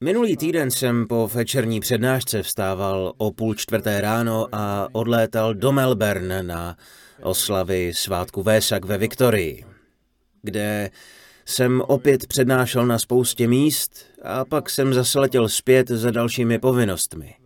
Minulý týden jsem po večerní přednášce vstával o 3:30 ráno a odlétal do Melbourne na oslavy svátku Vésak ve Viktorii, kde jsem opět přednášel na spoustě míst a pak jsem zase letěl zpět za dalšími povinnostmi.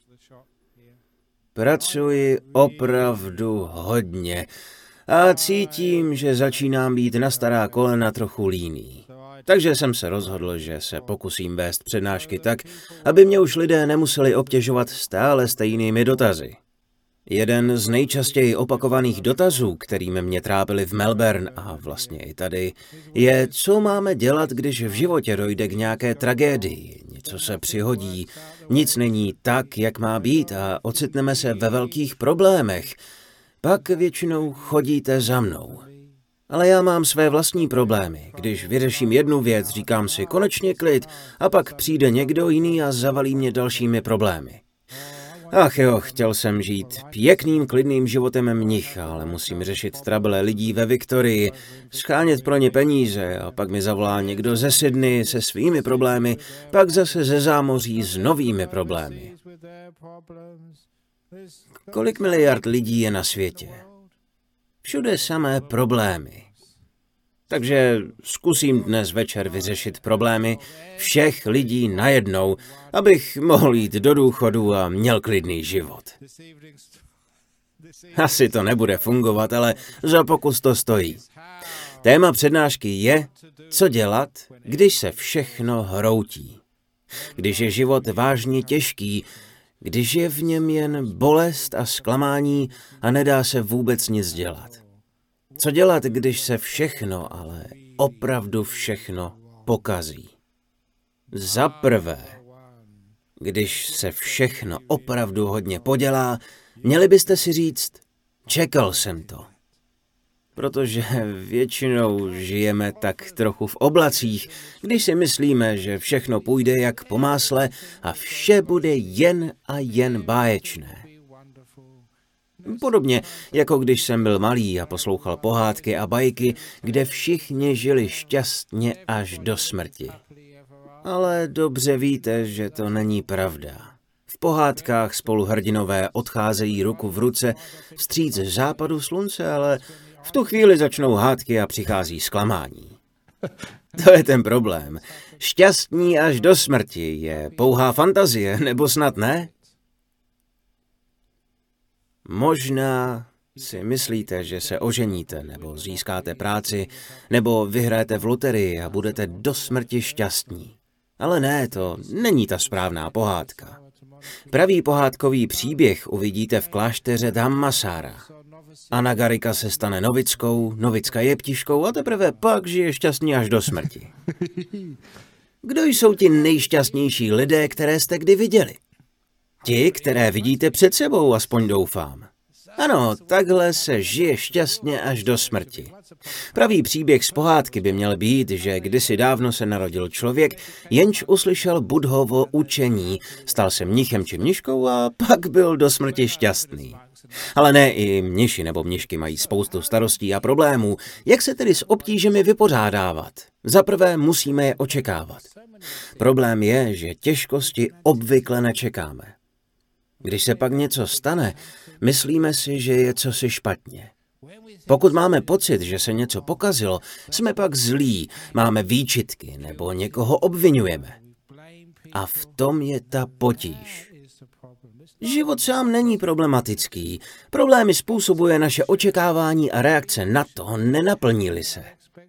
Pracuji opravdu hodně a cítím, že začínám být na stará kolena trochu líný. Takže jsem se rozhodl, že se pokusím vést přednášky tak, aby mě už lidé nemuseli obtěžovat stále stejnými dotazy. Jeden z nejčastěji opakovaných dotazů, kterými mě trápili v Melbourne a vlastně i tady, je, co máme dělat, když v životě dojde k nějaké tragédii, něco se přihodí, nic není tak, jak má být a ocitneme se ve velkých problémech. Pak většinou chodíte za mnou. Ale já mám své vlastní problémy. Když vyřeším jednu věc, říkám si konečně klid a pak přijde někdo jiný a zavalí mě dalšími problémy. Ach jo, chtěl jsem žít pěkným, klidným životem mnicha, ale musím řešit trable lidí ve Viktorii, schánět pro ně peníze a pak mi zavolá někdo ze Sydney se svými problémy, pak zase ze zámoří s novými problémy. Kolik miliard lidí je na světě? Všude samé problémy. Takže zkusím dnes večer vyřešit problémy všech lidí najednou, abych mohl jít do důchodu a měl klidný život. Asi to nebude fungovat, ale za pokus to stojí. Téma přednášky je, co dělat, když se všechno hroutí. Když je život vážně těžký, když je v něm jen bolest a zklamání a nedá se vůbec nic dělat. Co dělat, když se všechno, ale opravdu všechno pokazí? Za prvé, když se všechno opravdu hodně podělá, měli byste si říct, čekal jsem to. Protože většinou žijeme tak trochu v oblacích, když si myslíme, že všechno půjde jak po másle a vše bude jen a jen báječné. Podobně jako když jsem byl malý a poslouchal pohádky a bajky, kde všichni žili šťastně až do smrti. Ale dobře víte, že to není pravda. V pohádkách spolu hrdinové odcházejí ruku v ruce vstříc západu slunce, ale v tu chvíli začnou hádky a přichází zklamání. To je ten problém. Šťastní až do smrti je pouhá fantazie, nebo snad ne? Možná si myslíte, že se oženíte, nebo získáte práci, nebo vyhrajete v loterii a budete do smrti šťastní. Ale ne, to není ta správná pohádka. Pravý pohádkový příběh uvidíte v klášteře Dhammasara. Anagarika se stane novickou, novicka jeptiškou a teprve pak žije šťastný až do smrti. Kdo jsou ti nejšťastnější lidé, které jste kdy viděli? Ti, které vidíte před sebou, aspoň doufám. Ano, takhle se žije šťastně až do smrti. Pravý příběh z pohádky by měl být, že kdysi dávno se narodil člověk, jenž uslyšel Buddhovo učení, stal se mnichem či mniškou a pak byl do smrti šťastný. Ale ne, i mniši nebo mnišky mají spoustu starostí a problémů. Jak se tedy s obtížemi vypořádávat? Zaprvé musíme je očekávat. Problém je, že těžkosti obvykle nečekáme. Když se pak něco stane, myslíme si, že je cosi špatně. Pokud máme pocit, že se něco pokazilo, jsme pak zlí, máme výčitky nebo někoho obvinujeme. A v tom je ta potíž. Život sám není problematický. Problémy způsobuje naše očekávání a reakce na to, nenaplní-li se.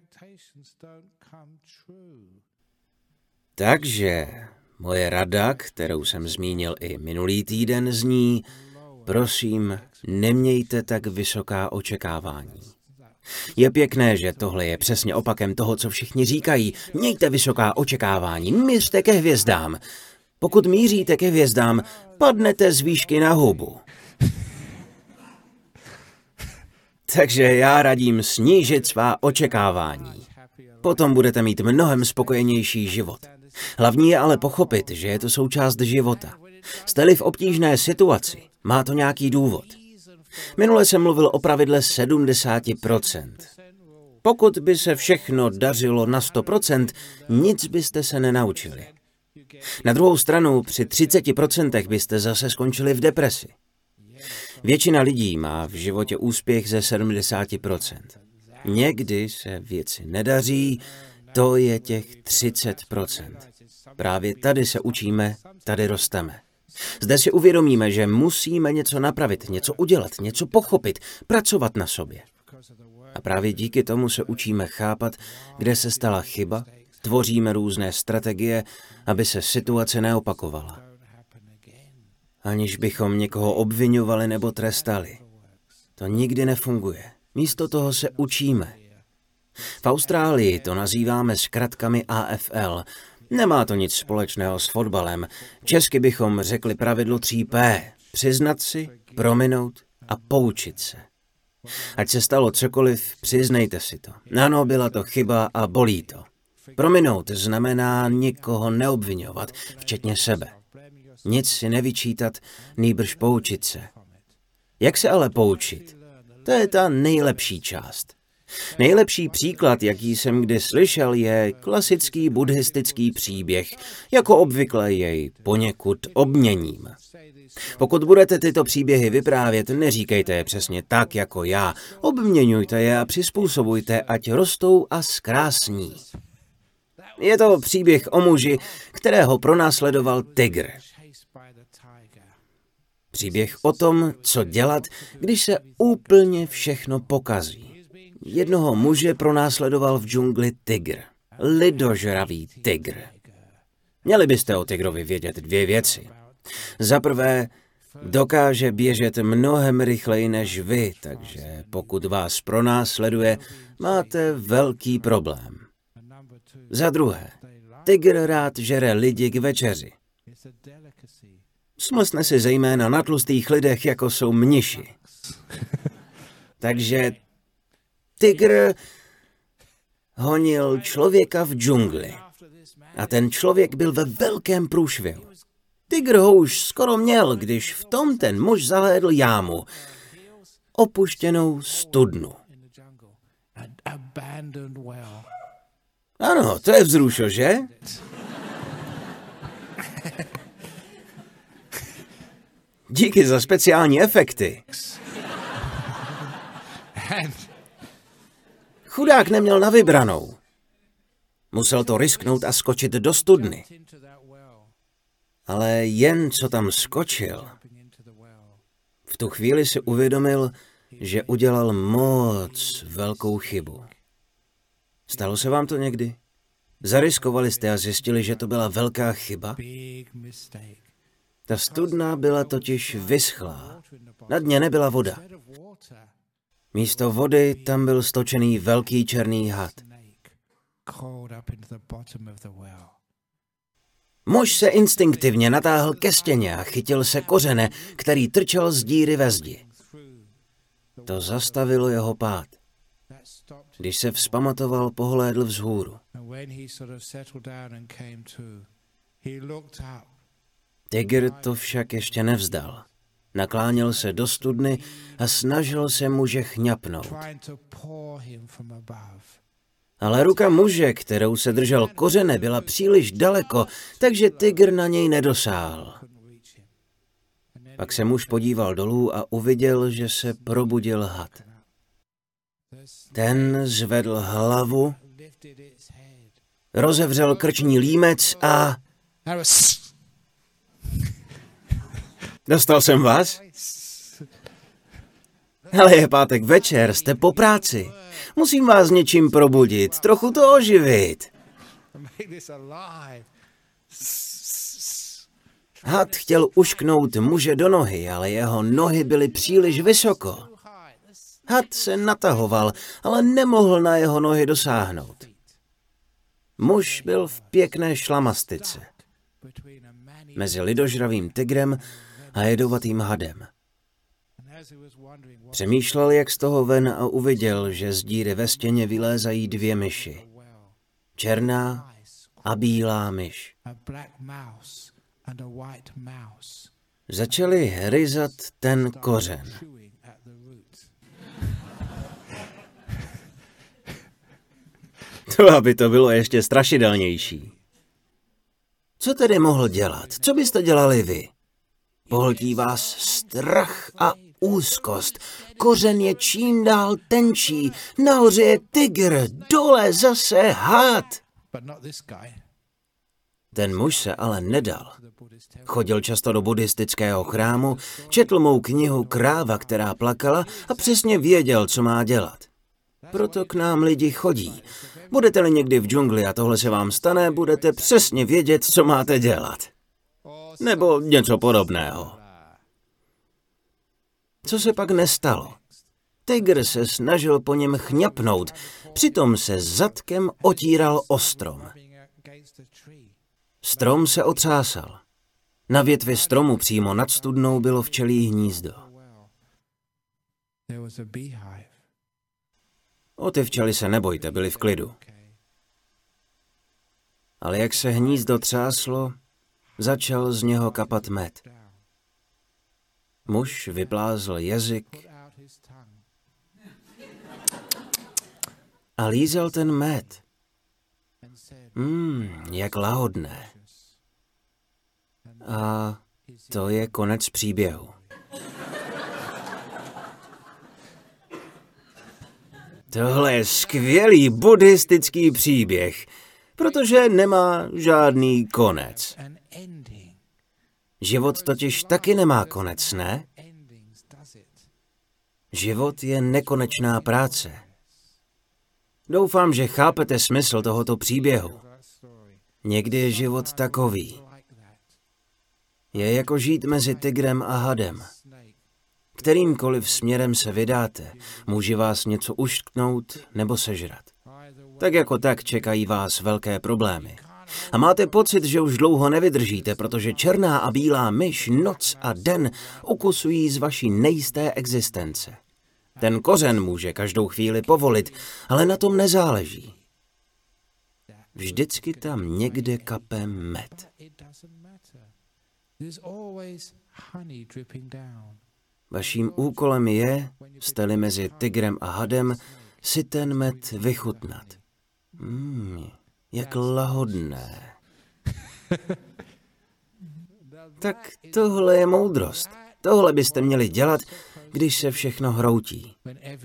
Takže moje rada, kterou jsem zmínil i minulý týden, zní, prosím, nemějte tak vysoká očekávání. Je pěkné, že tohle je přesně opakem toho, co všichni říkají. Mějte vysoká očekávání, mířte ke hvězdám. Pokud míříte ke hvězdám, padnete z výšky na hubu. Takže já radím snížit svá očekávání. Potom budete mít mnohem spokojenější život. Hlavní je ale pochopit, že je to součást života. Jste-li v obtížné situaci, má to nějaký důvod. Minule jsem mluvil o pravidle 70%. Pokud by se všechno dařilo na 100%, nic byste se nenaučili. Na druhou stranu při 30% byste zase skončili v depresi. Většina lidí má v životě úspěch ze 70%. Někdy se věci nedaří, to je těch 30%. Právě tady se učíme, tady rosteme. Zde si uvědomíme, že musíme něco napravit, něco udělat, něco pochopit, pracovat na sobě. A právě díky tomu se učíme chápat, kde se stala chyba, tvoříme různé strategie, aby se situace neopakovala. Aniž bychom někoho obviňovali nebo trestali. To nikdy nefunguje. Místo toho se učíme. V Austrálii to nazýváme zkratkami AFL. Nemá to nic společného s fotbalem. Česky bychom řekli pravidlo 3P. Přiznat si, prominout a poučit se. Ať se stalo cokoliv, přiznejte si to. Ano, byla to chyba a bolí to. Prominout znamená nikoho neobvinovat, včetně sebe. Nic si nevyčítat, nýbrž poučit se. Jak se ale poučit? To je ta nejlepší část. Nejlepší příklad, jaký jsem kdy slyšel, je klasický buddhistický příběh. Jako obvykle jej poněkud obměním. Pokud budete tyto příběhy vyprávět, neříkejte je přesně tak, jako já. Obměňujte je a přizpůsobujte, ať rostou a zkrásní. Je to příběh o muži, kterého pronásledoval tygr. Příběh o tom, co dělat, když se úplně všechno pokazí. Jednoho muže pronásledoval v džungli tygr. Lidožravý tygr. Měli byste o tygrovi vědět 2 věci. Za prvé, dokáže běžet mnohem rychleji než vy, takže pokud vás pronásleduje, máte velký problém. Za druhé, tygr rád žere lidi k večeři. Smlsne si zejména na tlustých lidech, jako jsou mniši. Takže tygr honil člověka v džungli. A ten člověk byl ve velkém průšvihu. Tygr ho už skoro měl, když v tom ten muž zahlédl jámu. Opuštěnou studnu. Ano, to je vzrušo, že? Díky za speciální efekty. Chudák neměl na vybranou. Musel to risknout a skočit do studny. Ale jen co tam skočil, v tu chvíli si uvědomil, že udělal moc velkou chybu. Stalo se vám to někdy? Zariskovali jste a zjistili, že to byla velká chyba? Ta studna byla totiž vyschlá. Na dně nebyla voda. Místo vody tam byl stočený velký černý had. Muž se instinktivně natáhl ke stěně a chytil se kořene, který trčel z díry ve zdi. To zastavilo jeho pád. Když se vzpamatoval, pohlédl vzhůru. Tygr to však ještě nevzdal. Nakláněl se do studny a snažil se muže chňapnout. Ale ruka muže, kterou se držel kořene, byla příliš daleko, takže tygr na něj nedosáhl. Pak se muž podíval dolů a uviděl, že se probudil had. Ten zvedl hlavu, rozevřel krční límec a... Dostal jsem vás? Ale je pátek večer, jste po práci. Musím vás něčím probudit, trochu to oživit. Had chtěl ušknout muže do nohy, ale jeho nohy byly příliš vysoko. Had se natahoval, ale nemohl na jeho nohy dosáhnout. Muž byl v pěkné šlamastyce. Mezi lidožravým tygrem a jedovatým hadem. Přemýšlel, jak z toho ven a uviděl, že z díry ve stěně vylézají 2 myši. Černá a bílá myš. Začali hryzat ten kořen. To aby to bylo ještě strašidelnější. Co tedy mohl dělat? Co byste dělali vy? Pohltí vás strach a úzkost. Kořen je čím dál tenčí. Nahoře je tygr, dole zase had. Ten muž se ale nedal. Chodil často do buddhistického chrámu, četl mou knihu Kráva, která plakala a přesně věděl, co má dělat. Proto k nám lidi chodí. Budete-li někdy v džungli a tohle se vám stane, budete přesně vědět, co máte dělat. Nebo něco podobného. Co se pak nestalo? Tygr se snažil po něm chňapnout, přitom se zadkem otíral o strom. Strom se otřásal. Na větvi stromu přímo nad studnou bylo včelí hnízdo. O ty včely se nebojte, byly v klidu. Ale jak se hnízdo třáslo, začal z něho kapat med. Muž vyplázl jazyk a lízal ten med. Jak lahodné. A to je konec příběhu. Tohle je skvělý buddhistický příběh, protože nemá žádný konec. Život totiž taky nemá konec, ne? Život je nekonečná práce. Doufám, že chápete smysl tohoto příběhu. Někdy je život takový. Je jako žít mezi tygrem a hadem. Kterýmkoliv směrem se vydáte, může vás něco uštknout nebo sežrat. Tak jako tak čekají vás velké problémy. A máte pocit, že už dlouho nevydržíte, protože černá a bílá myš noc a den ukusují z vaší nejisté existence. Ten kořen může každou chvíli povolit, ale na tom nezáleží. Vždycky tam někde kape med. Vaším úkolem je, jste-li mezi tygrem a hadem, si ten med vychutnat. Jak lahodné. Tak tohle je moudrost. Tohle byste měli dělat, když se všechno hroutí.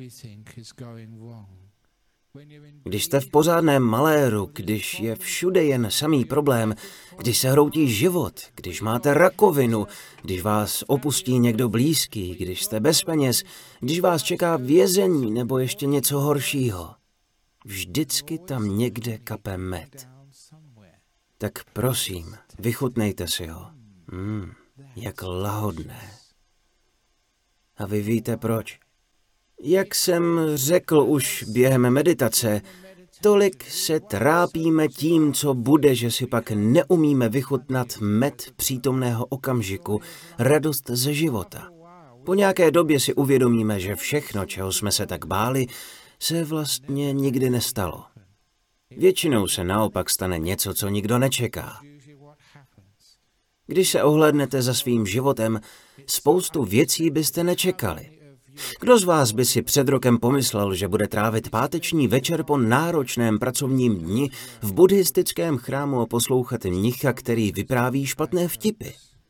Když jste v pořádném maléru, když je všude jen samý problém, když se hroutí život, když máte rakovinu, když vás opustí někdo blízký, když jste bez peněz, když vás čeká vězení nebo ještě něco horšího. Vždycky tam někde kape med. Tak prosím, vychutnejte si ho. Jak lahodné. A vy víte proč? Jak jsem řekl už během meditace, tolik se trápíme tím, co bude, že si pak neumíme vychutnat med přítomného okamžiku, radost ze života. Po nějaké době si uvědomíme, že všechno, čeho jsme se tak báli, se vlastně nikdy nestalo. Většinou se naopak stane něco, co nikdo nečeká. Když se ohlédnete za svým životem, spoustu věcí byste nečekali. Kdo z vás by si před rokem pomyslel, že bude trávit páteční večer po náročném pracovním dni v buddhistickém chrámu a poslouchat mnicha, který vypráví špatné vtipy?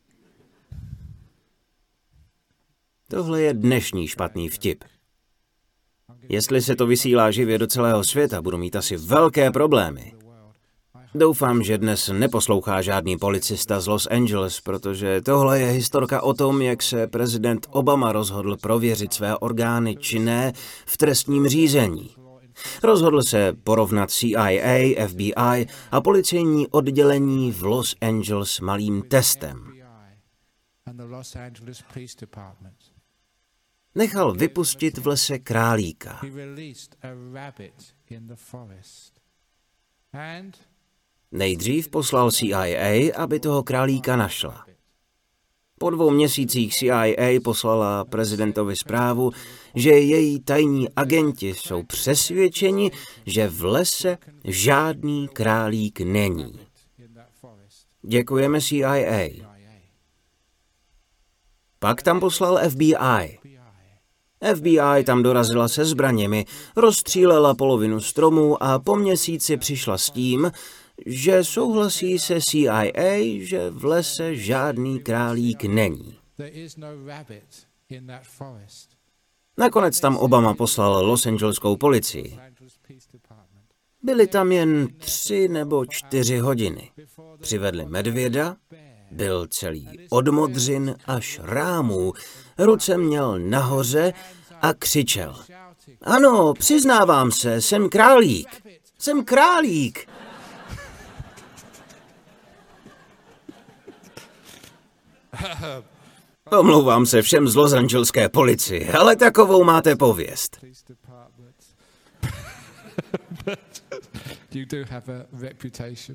Tohle je dnešní špatný vtip. Jestli se to vysílá živě do celého světa, budu mít asi velké problémy. Doufám, že dnes neposlouchá žádný policista z Los Angeles, protože tohle je historka o tom, jak se prezident Obama rozhodl prověřit své orgány či ne v trestním řízení. Rozhodl se porovnat CIA, FBI a policejní oddělení v Los Angeles malým testem. Nechal vypustit v lese králíka. Nejdřív poslal CIA, aby toho králíka našla. Po 2 měsících CIA poslala prezidentovi zprávu, že její tajní agenti jsou přesvědčeni, že v lese žádný králík není. Děkujeme CIA. Pak tam poslal FBI. FBI tam dorazila se zbraněmi, rozstřílela polovinu stromů a po měsíci přišla s tím, že souhlasí se CIA, že v lese žádný králík není. Nakonec tam Obama poslal Los Angeleskou policii. Byli tam jen 3 nebo 4 hodiny. Přivedli medvěda, byl celý od modřin až rámů, ruce měl nahoře a křičel. Ano, přiznávám se, jsem králík. Jsem králík. Omlouvám se všem z Los Angelské policii, ale takovou máte pověst. You do have a reputation.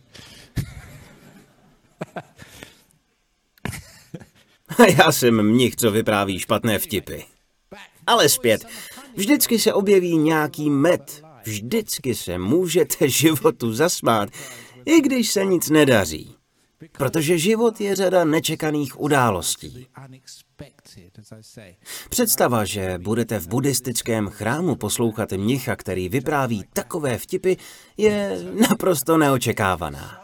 Já jsem mnich, co vypráví špatné vtipy. Ale zpět, vždycky se objeví nějaký med. Vždycky se můžete životu zasmát, i když se nic nedaří. Protože život je řada nečekaných událostí. Představa, že budete v buddhistickém chrámu poslouchat mnicha, který vypráví takové vtipy, je naprosto neočekávaná.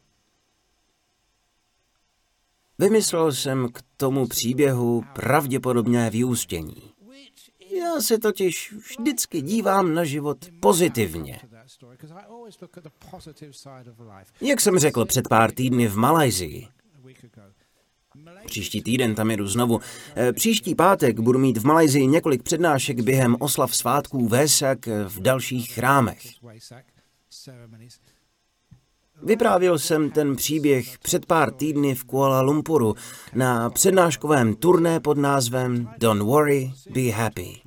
Vymyslel jsem k tomu příběhu pravděpodobné vyústění. Já se totiž vždycky dívám na život pozitivně. Jak jsem řekl před pár týdny v Malajsii. Příští týden tam jedu znovu. Příští pátek budu mít v Malajsii několik přednášek během oslav svátků Vesak v dalších chrámech. Vyprávěl jsem ten příběh před pár týdny v Kuala Lumpuru na přednáškovém turné pod názvem Don't Worry, Be Happy.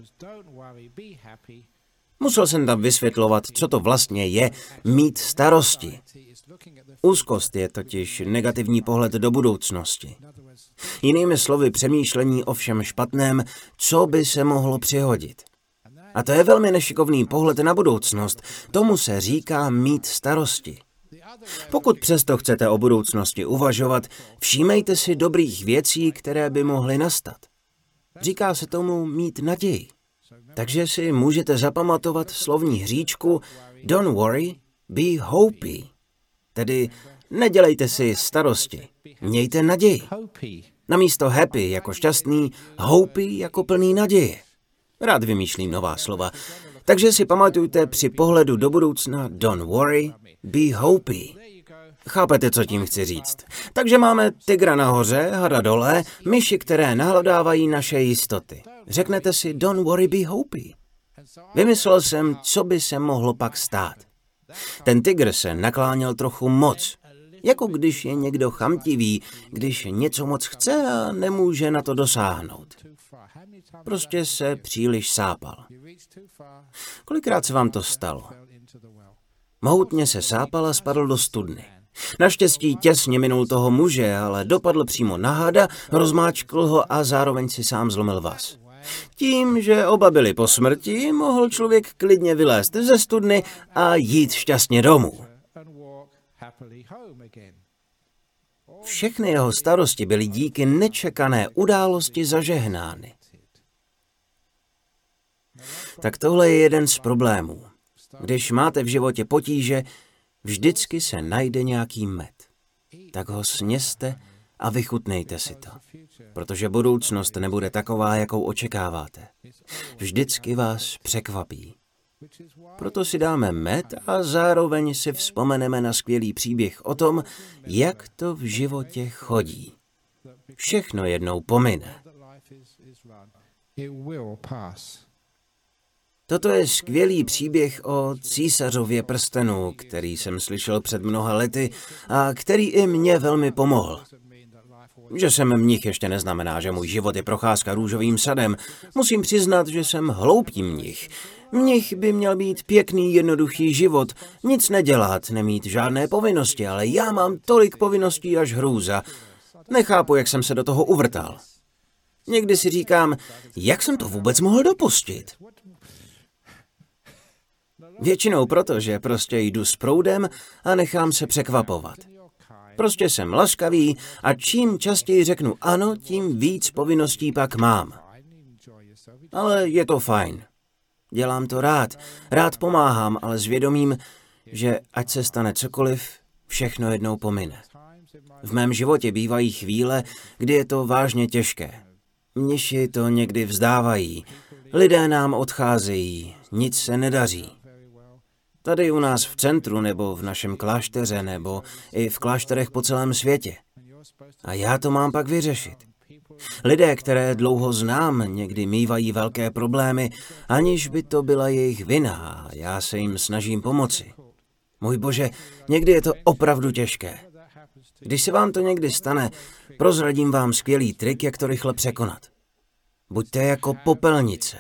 Musel jsem tam vysvětlovat, co to vlastně je mít starosti. Úzkost je totiž negativní pohled do budoucnosti. Jinými slovy přemýšlení o všem špatném, co by se mohlo přihodit. A to je velmi nešikovný pohled na budoucnost. Tomu se říká mít starosti. Pokud přesto chcete o budoucnosti uvažovat, všímejte si dobrých věcí, které by mohly nastat. Říká se tomu mít naději. Takže si můžete zapamatovat slovní hříčku Don't worry, be happy. Tedy nedělejte si starosti, mějte naději. Namísto happy jako šťastný, happy jako plný naděje. Rád vymýšlím nová slova. Takže si pamatujte při pohledu do budoucna Don't worry, be happy. Chápete, co tím chci říct? Takže máme tygra nahoře, hada dole, myši, které nahladávají naše jistoty. Řeknete si Don't worry, be happy. Vymyslel jsem, co by se mohlo pak stát. Ten tygr se nakláněl trochu moc. Jako když je někdo chamtivý, když něco moc chce a nemůže na to dosáhnout. Prostě se příliš sápal. Kolikrát se vám to stalo? Mohutně se sápal a spadl do studny. Naštěstí těsně minul toho muže, ale dopadl přímo na hada, rozmáčkl ho a zároveň si sám zlomil vaz. Tím, že oba byli po smrti, mohl člověk klidně vylézt ze studny a jít šťastně domů. Všechny jeho starosti byly díky nečekané události zažehnány. Tak tohle je jeden z problémů. Když máte v životě potíže, vždycky se najde nějaký med. Tak ho sněste a vychutnejte si to. Protože budoucnost nebude taková, jakou očekáváte. Vždycky vás překvapí. Proto si dáme med a zároveň si vzpomeneme na skvělý příběh o tom, jak to v životě chodí. Všechno jednou pomine. Toto je skvělý příběh o císařově prstenu, který jsem slyšel před mnoha lety a který i mě velmi pomohl. Že jsem mnich ještě neznamená, že můj život je procházka růžovým sadem. Musím přiznat, že jsem hloupý mnich. Mnich by měl být pěkný, jednoduchý život, nic nedělat, nemít žádné povinnosti, ale já mám tolik povinností až hrůza. Nechápu, jak jsem se do toho uvrtal. Někdy si říkám, jak jsem to vůbec mohl dopustit? Většinou proto, že prostě jdu s proudem a nechám se překvapovat. Prostě jsem laskavý a čím častěji řeknu ano, tím víc povinností pak mám. Ale je to fajn. Dělám to rád. Rád pomáhám, ale s vědomím, že ať se stane cokoliv, všechno jednou pomine. V mém životě bývají chvíle, kdy je to vážně těžké. Mniši to někdy vzdávají, lidé nám odcházejí, nic se nedaří. Tady u nás v centru, nebo v našem klášteře, nebo i v klášterech po celém světě. A já to mám pak vyřešit. Lidé, které dlouho znám, někdy mívají velké problémy, aniž by to byla jejich vina a já se jim snažím pomoci. Můj Bože, někdy je to opravdu těžké. Když se vám to někdy stane, prozradím vám skvělý trik, jak to rychle překonat. Buďte jako popelnice.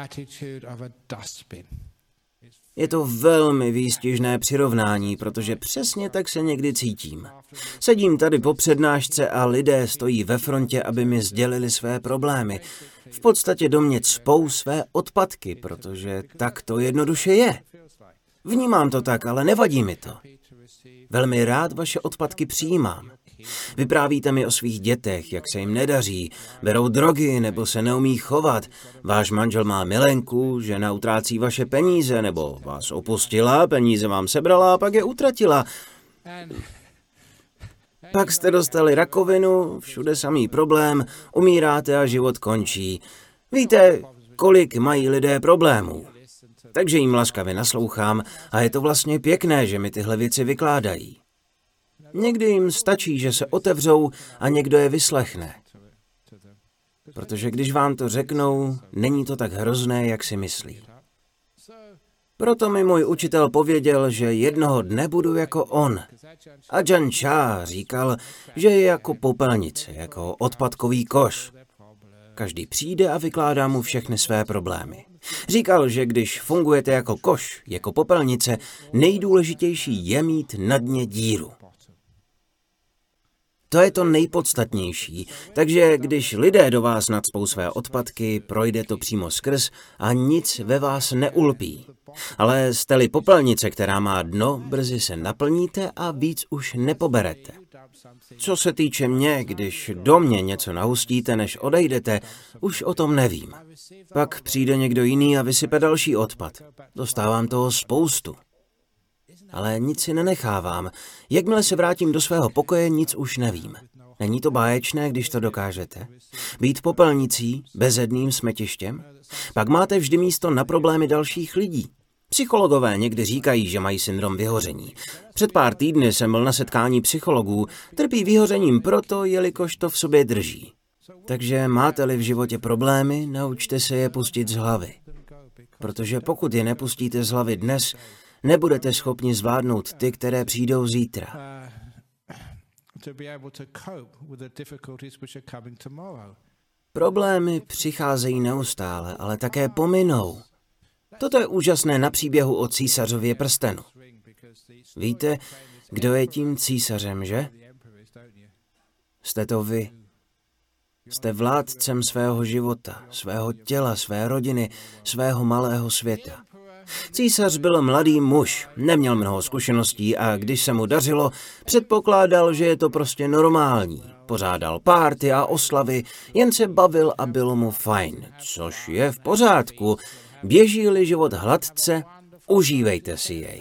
Je to velmi výstižné přirovnání, protože přesně tak se někdy cítím. Sedím tady po přednášce a lidé stojí ve frontě, aby mi sdělili své problémy. V podstatě do mě cpou své odpadky, protože tak to jednoduše je. Vnímám to tak, ale nevadí mi to. Velmi rád vaše odpadky přijímám. Vyprávíte mi o svých dětech, jak se jim nedaří, berou drogy nebo se neumí chovat. Váš manžel má milenku, žena utrácí vaše peníze nebo vás opustila, peníze vám sebrala a pak je utratila. Pak jste dostali rakovinu, všude samý problém, umíráte a život končí. Víte, kolik mají lidé problémů. Takže jim laskavě naslouchám a je to vlastně pěkné, že mi tyhle věci vykládají. Někdy jim stačí, že se otevřou a někdo je vyslechne. Protože když vám to řeknou, není to tak hrozné, jak si myslí. Proto mi můj učitel pověděl, že jednoho dne budu jako on. Ajahn Chah říkal, že je jako popelnice, jako odpadkový koš. Každý přijde a vykládá mu všechny své problémy. Říkal, že když fungujete jako koš, jako popelnice, nejdůležitější je mít na dně díru. To je to nejpodstatnější, takže když lidé do vás nacpou své odpadky, projde to přímo skrz a nic ve vás neulpí. Ale jste-li popelnice, která má dno, brzy se naplníte a víc už nepoberete. Co se týče mě, když do mě něco nahustíte, než odejdete, už o tom nevím. Pak přijde někdo jiný a vysype další odpad. Dostávám toho spoustu. Ale nic si nenechávám. Jakmile se vrátím do svého pokoje, nic už nevím. Není to báječné, když to dokážete? Být popelnicí, bezedným smetištěm? Pak máte vždy místo na problémy dalších lidí. Psychologové někdy říkají, že mají syndrom vyhoření. Před pár týdny jsem byl na setkání psychologů, trpí vyhořením proto, jelikož to v sobě drží. Takže máte-li v životě problémy, naučte se je pustit z hlavy. Protože pokud je nepustíte z hlavy dnes, nebudete schopni zvládnout ty, které přijdou zítra. Problémy přicházejí neustále, ale také pominou. Toto je úžasné na příběhu o císařově prstenu. Víte, kdo je tím císařem, že? Jste to vy. Jste vládcem svého života, svého těla, své rodiny, svého malého světa. Císař byl mladý muž, neměl mnoho zkušeností a když se mu dařilo, předpokládal, že je to prostě normální. Pořádal párty a oslavy, jen se bavil a bylo mu fajn, což je v pořádku. Běží-li život hladce, užívejte si jej.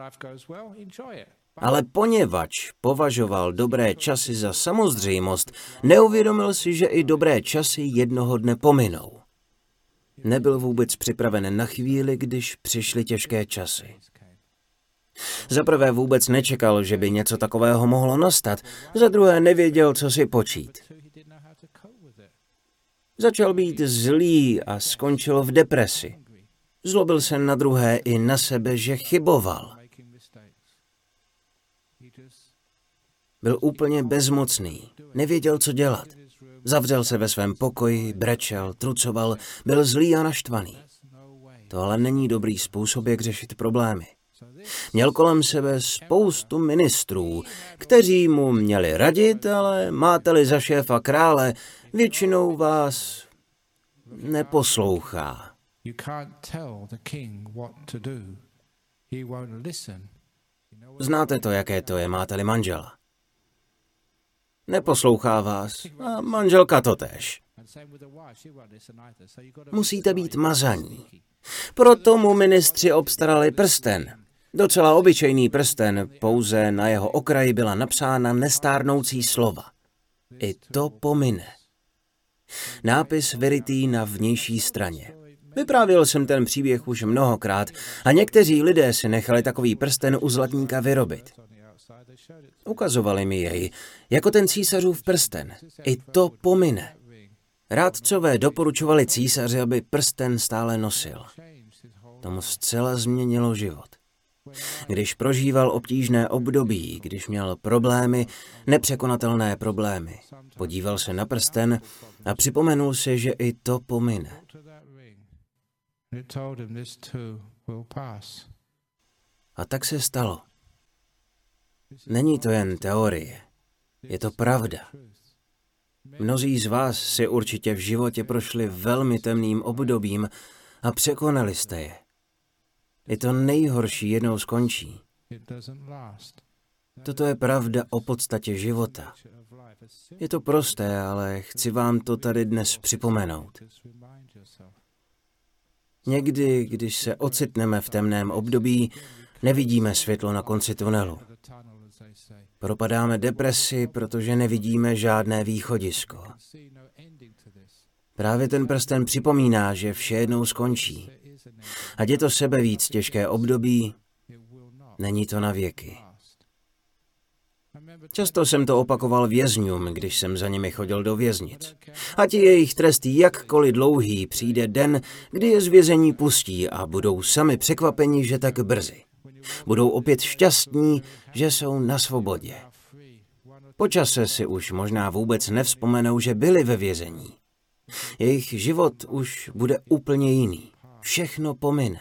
Ale poněvadž považoval dobré časy za samozřejmost, neuvědomil si, že i dobré časy jednoho dne pominou. Nebyl vůbec připraven na chvíli, když přišly těžké časy. Za prvé vůbec nečekal, že by něco takového mohlo nastat, za druhé nevěděl, co si počít. Začal být zlý a skončil v depresi. Zlobil se na druhé i na sebe, že chyboval. Byl úplně bezmocný, nevěděl, co dělat. Zavřel se ve svém pokoji, brečel, trucoval, byl zlý a naštvaný. To ale není dobrý způsob, jak řešit problémy. Měl kolem sebe spoustu ministrů, kteří mu měli radit, ale máte-li za šéfa krále, většinou vás neposlouchá. Znáte to, jaké to je, máte-li manžela. Neposlouchá vás a manželka totéž. Musíte být mazaní. Proto mu ministři obstarali prsten. Docela obyčejný prsten, pouze na jeho okraji byla napsána nestárnoucí slova. I to pomine. Nápis vyrytý na vnější straně. Vyprávěl jsem ten příběh už mnohokrát a někteří lidé si nechali takový prsten u zlatníka vyrobit. Ukazovali mi jej, jako ten císařův prsten. I to pomine. Rádcové doporučovali císaři, aby prsten stále nosil. Tomu zcela změnilo život. Když prožíval obtížné období, když měl problémy, nepřekonatelné problémy, podíval se na prsten a připomenul si, že i to pomine. A tak se stalo. Není to jen teorie, je to pravda. Mnozí z vás si určitě v životě prošli velmi temným obdobím a překonali jste je. I to nejhorší jednou skončí. Toto je pravda o podstatě života. Je to prosté, ale chci vám to tady dnes připomenout. Někdy, když se ocitneme v temném období, nevidíme světlo na konci tunelu. Propadáme depresi, protože nevidíme žádné východisko. Právě ten prsten připomíná, že vše jednou skončí. Ať je to sebevíc těžké období, není to na věky. Často jsem to opakoval vězňům, když jsem za nimi chodil do věznic. Ať je jejich trest jakkoliv dlouhý, přijde den, kdy je z vězení pustí a budou sami překvapeni, že tak brzy. Budou opět šťastní, že jsou na svobodě. Po čase si už možná vůbec nevzpomenou, že byli ve vězení. Jejich život už bude úplně jiný. Všechno pomine.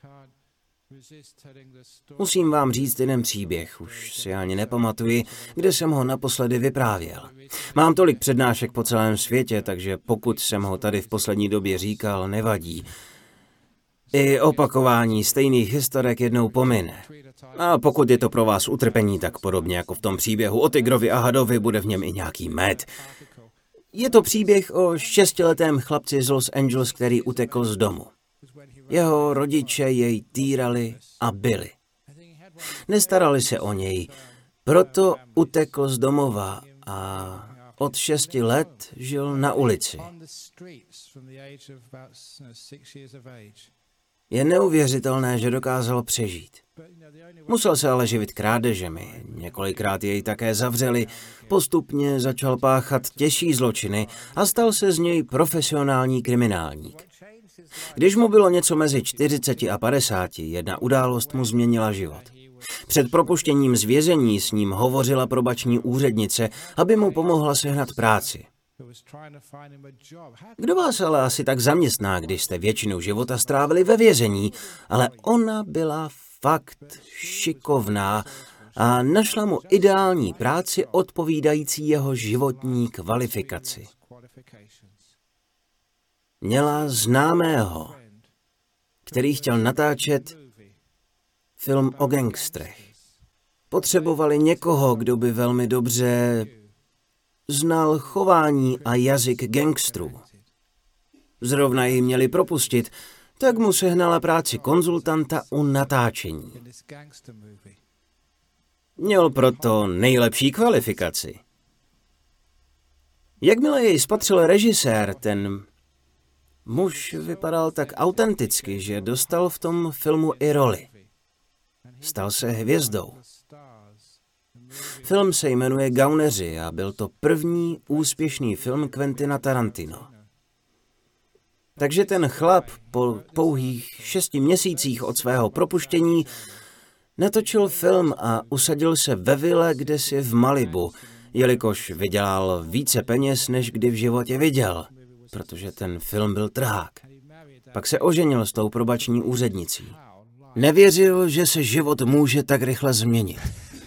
Musím vám říct jeden příběh, už si ani nepamatuji, kde jsem ho naposledy vyprávěl. Mám tolik přednášek po celém světě, takže pokud jsem ho tady v poslední době říkal, nevadí. I opakování stejných historek jednou pomine. A pokud je to pro vás utrpení, tak podobně jako v tom příběhu o tygrovi a hadovi, bude v něm i nějaký med. Je to příběh o 6letém chlapci z Los Angeles, který utekl z domu. Jeho rodiče jej týrali a bili. Nestarali se o něj, proto utekl z domova a od 6 let žil na ulici. Je neuvěřitelné, že dokázal přežít. Musel se ale živit krádežemi, několikrát jej také zavřeli, postupně začal páchat těžší zločiny a stal se z něj profesionální kriminálník. Když mu bylo něco mezi 40 a 50, jedna událost mu změnila život. Před propuštěním z vězení s ním hovořila probační úřednice, aby mu pomohla sehnat práci. Kdo vás ale asi tak zaměstná, když jste většinu života strávili ve vězení, ale ona byla fakt šikovná a našla mu ideální práci odpovídající jeho životní kvalifikaci. Měla známého, který chtěl natáčet film o gangstrech. Potřebovali někoho, kdo by velmi dobře znal chování a jazyk gangstrů. Zrovna ji měli propustit, tak mu sehnala práci konzultanta u natáčení. Měl proto nejlepší kvalifikaci. Jakmile jej spatřil režisér, ten muž vypadal tak autenticky, že dostal v tom filmu i roli. Stal se hvězdou. Film se jmenuje Gauneři a byl to první úspěšný film Quentina Tarantino. Takže ten chlap po pouhých 6 měsících od svého propuštění natočil film a usadil se ve vile kdesi v Malibu, jelikož vydělal více peněz, než kdy v životě viděl, protože ten film byl trhák. Pak se oženil s tou probační úřednicí. Nevěřil, že se život může tak rychle změnit.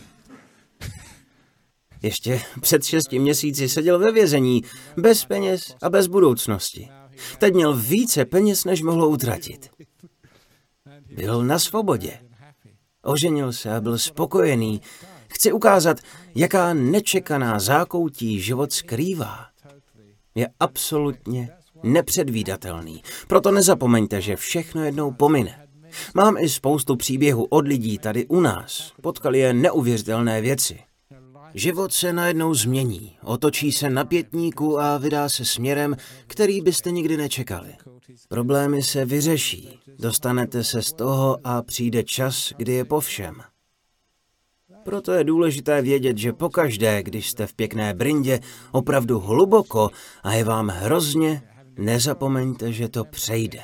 Ještě před 6 měsíci seděl ve vězení, bez peněz a bez budoucnosti. Teď měl více peněz, než mohl utratit. Byl na svobodě. Oženil se a byl spokojený. Chci ukázat, jaká nečekaná zákoutí život skrývá. Je absolutně nepředvídatelný. Proto nezapomeňte, že všechno jednou pomine. Mám i spoustu příběhů od lidí tady u nás. Potkali je neuvěřitelné věci. Život se najednou změní, otočí se na pětníku a vydá se směrem, který byste nikdy nečekali. Problémy se vyřeší, dostanete se z toho a přijde čas, kdy je po všem. Proto je důležité vědět, že pokaždé, když jste v pěkné brindě, opravdu hluboko a je vám hrozně, nezapomeňte, že to přejde.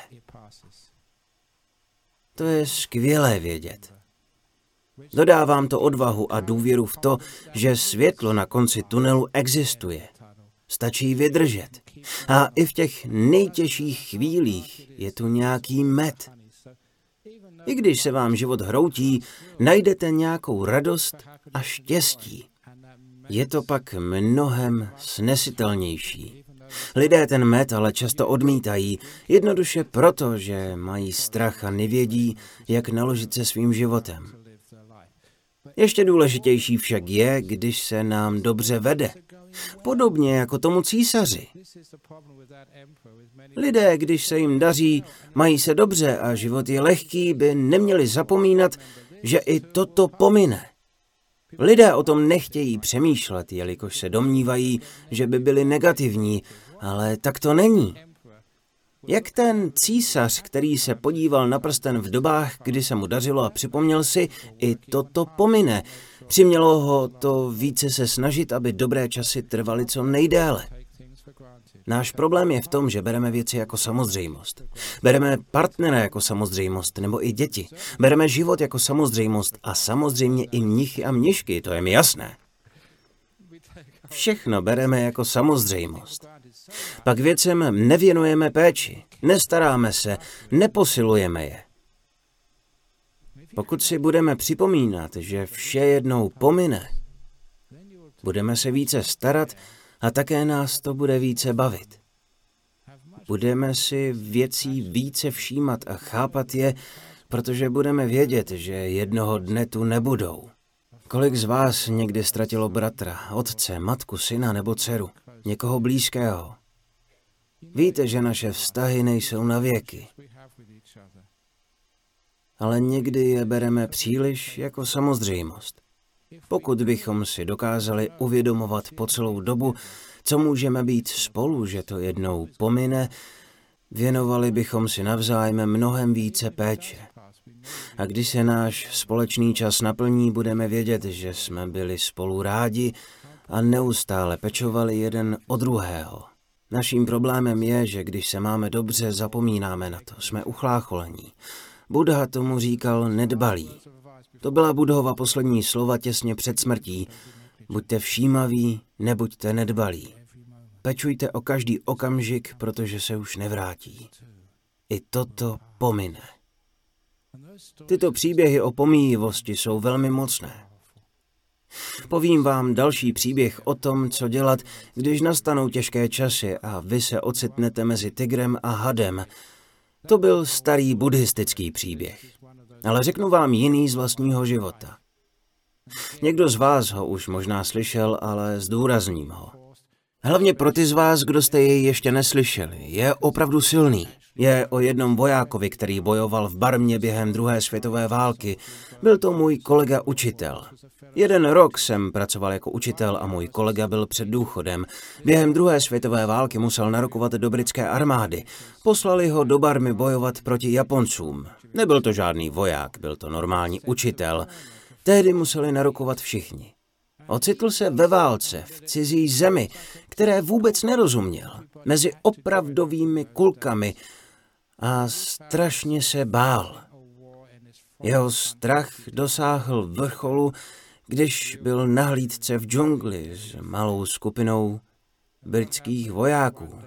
To je skvělé vědět. Dodá vám to odvahu a důvěru v to, že světlo na konci tunelu existuje. Stačí vydržet. A i v těch nejtěžších chvílích je tu nějaký med. I když se vám život hroutí, najdete nějakou radost a štěstí. Je to pak mnohem snesitelnější. Lidé ten med ale často odmítají, jednoduše proto, že mají strach a nevědí, jak naložit se svým životem. Ještě důležitější však je, když se nám dobře vede. Podobně jako tomu císaři. Lidé, když se jim daří, mají se dobře a život je lehký, by neměli zapomínat, že i toto pomine. Lidé o tom nechtějí přemýšlet, jelikož se domnívají, že by byli negativní, ale tak to není. Jak ten císař, který se podíval na prsten v dobách, kdy se mu dařilo a připomněl si, i toto pomine. Přimělo ho to více se snažit, aby dobré časy trvaly co nejdéle. Náš problém je v tom, že bereme věci jako samozřejmost. Bereme partnera jako samozřejmost, nebo i děti. Bereme život jako samozřejmost a samozřejmě i mnichy a mnišky, to je mi jasné. Všechno bereme jako samozřejmost. Pak věcem nevěnujeme péči, nestaráme se, neposilujeme je. Pokud si budeme připomínat, že vše jednou pomine, budeme se více starat a také nás to bude více bavit. Budeme si věcí více všímat a chápat je, protože budeme vědět, že jednoho dne tu nebudou. Kolik z vás někdy ztratilo bratra, otce, matku, syna nebo dceru, někoho blízkého? Víte, že naše vztahy nejsou na věky. Ale někdy je bereme příliš jako samozřejmost. Pokud bychom si dokázali uvědomovat po celou dobu, co můžeme být spolu, že to jednou pomine, věnovali bychom si navzájem mnohem více péče. A když se náš společný čas naplní, budeme vědět, že jsme byli spolu rádi a neustále pečovali jeden o druhého. Naším problémem je, že když se máme dobře, zapomínáme na to, jsme uchlácholení. Buddha tomu říkal nedbalí. To byla Buddhova poslední slova těsně před smrtí. Buďte všímaví, nebuďte nedbalí. Pečujte o každý okamžik, protože se už nevrátí. I toto pomine. Tyto příběhy o pomíjivosti jsou velmi mocné. Povím vám další příběh o tom, co dělat, když nastanou těžké časy a vy se ocitnete mezi tigrem a hadem. To byl starý buddhistický příběh. Ale řeknu vám jiný z vlastního života. Někdo z vás ho už možná slyšel, ale zdůrazním ho. Hlavně pro ty z vás, kdo jste jej ještě neslyšeli, je opravdu silný. Je o jednom vojákovi, který bojoval v Barmě během druhé světové války. Byl to můj kolega učitel. 1 rok jsem pracoval jako učitel a můj kolega byl před důchodem. Během druhé světové války musel narukovat do britské armády. Poslali ho do Barmy bojovat proti Japoncům. Nebyl to žádný voják, byl to normální učitel. Tehdy museli narukovat všichni. Ocitl se ve válce, v cizí zemi, které vůbec nerozuměl, mezi opravdovými kulkami a strašně se bál. Jeho strach dosáhl vrcholu, když byl na hlídce v džungli s malou skupinou britských vojáků.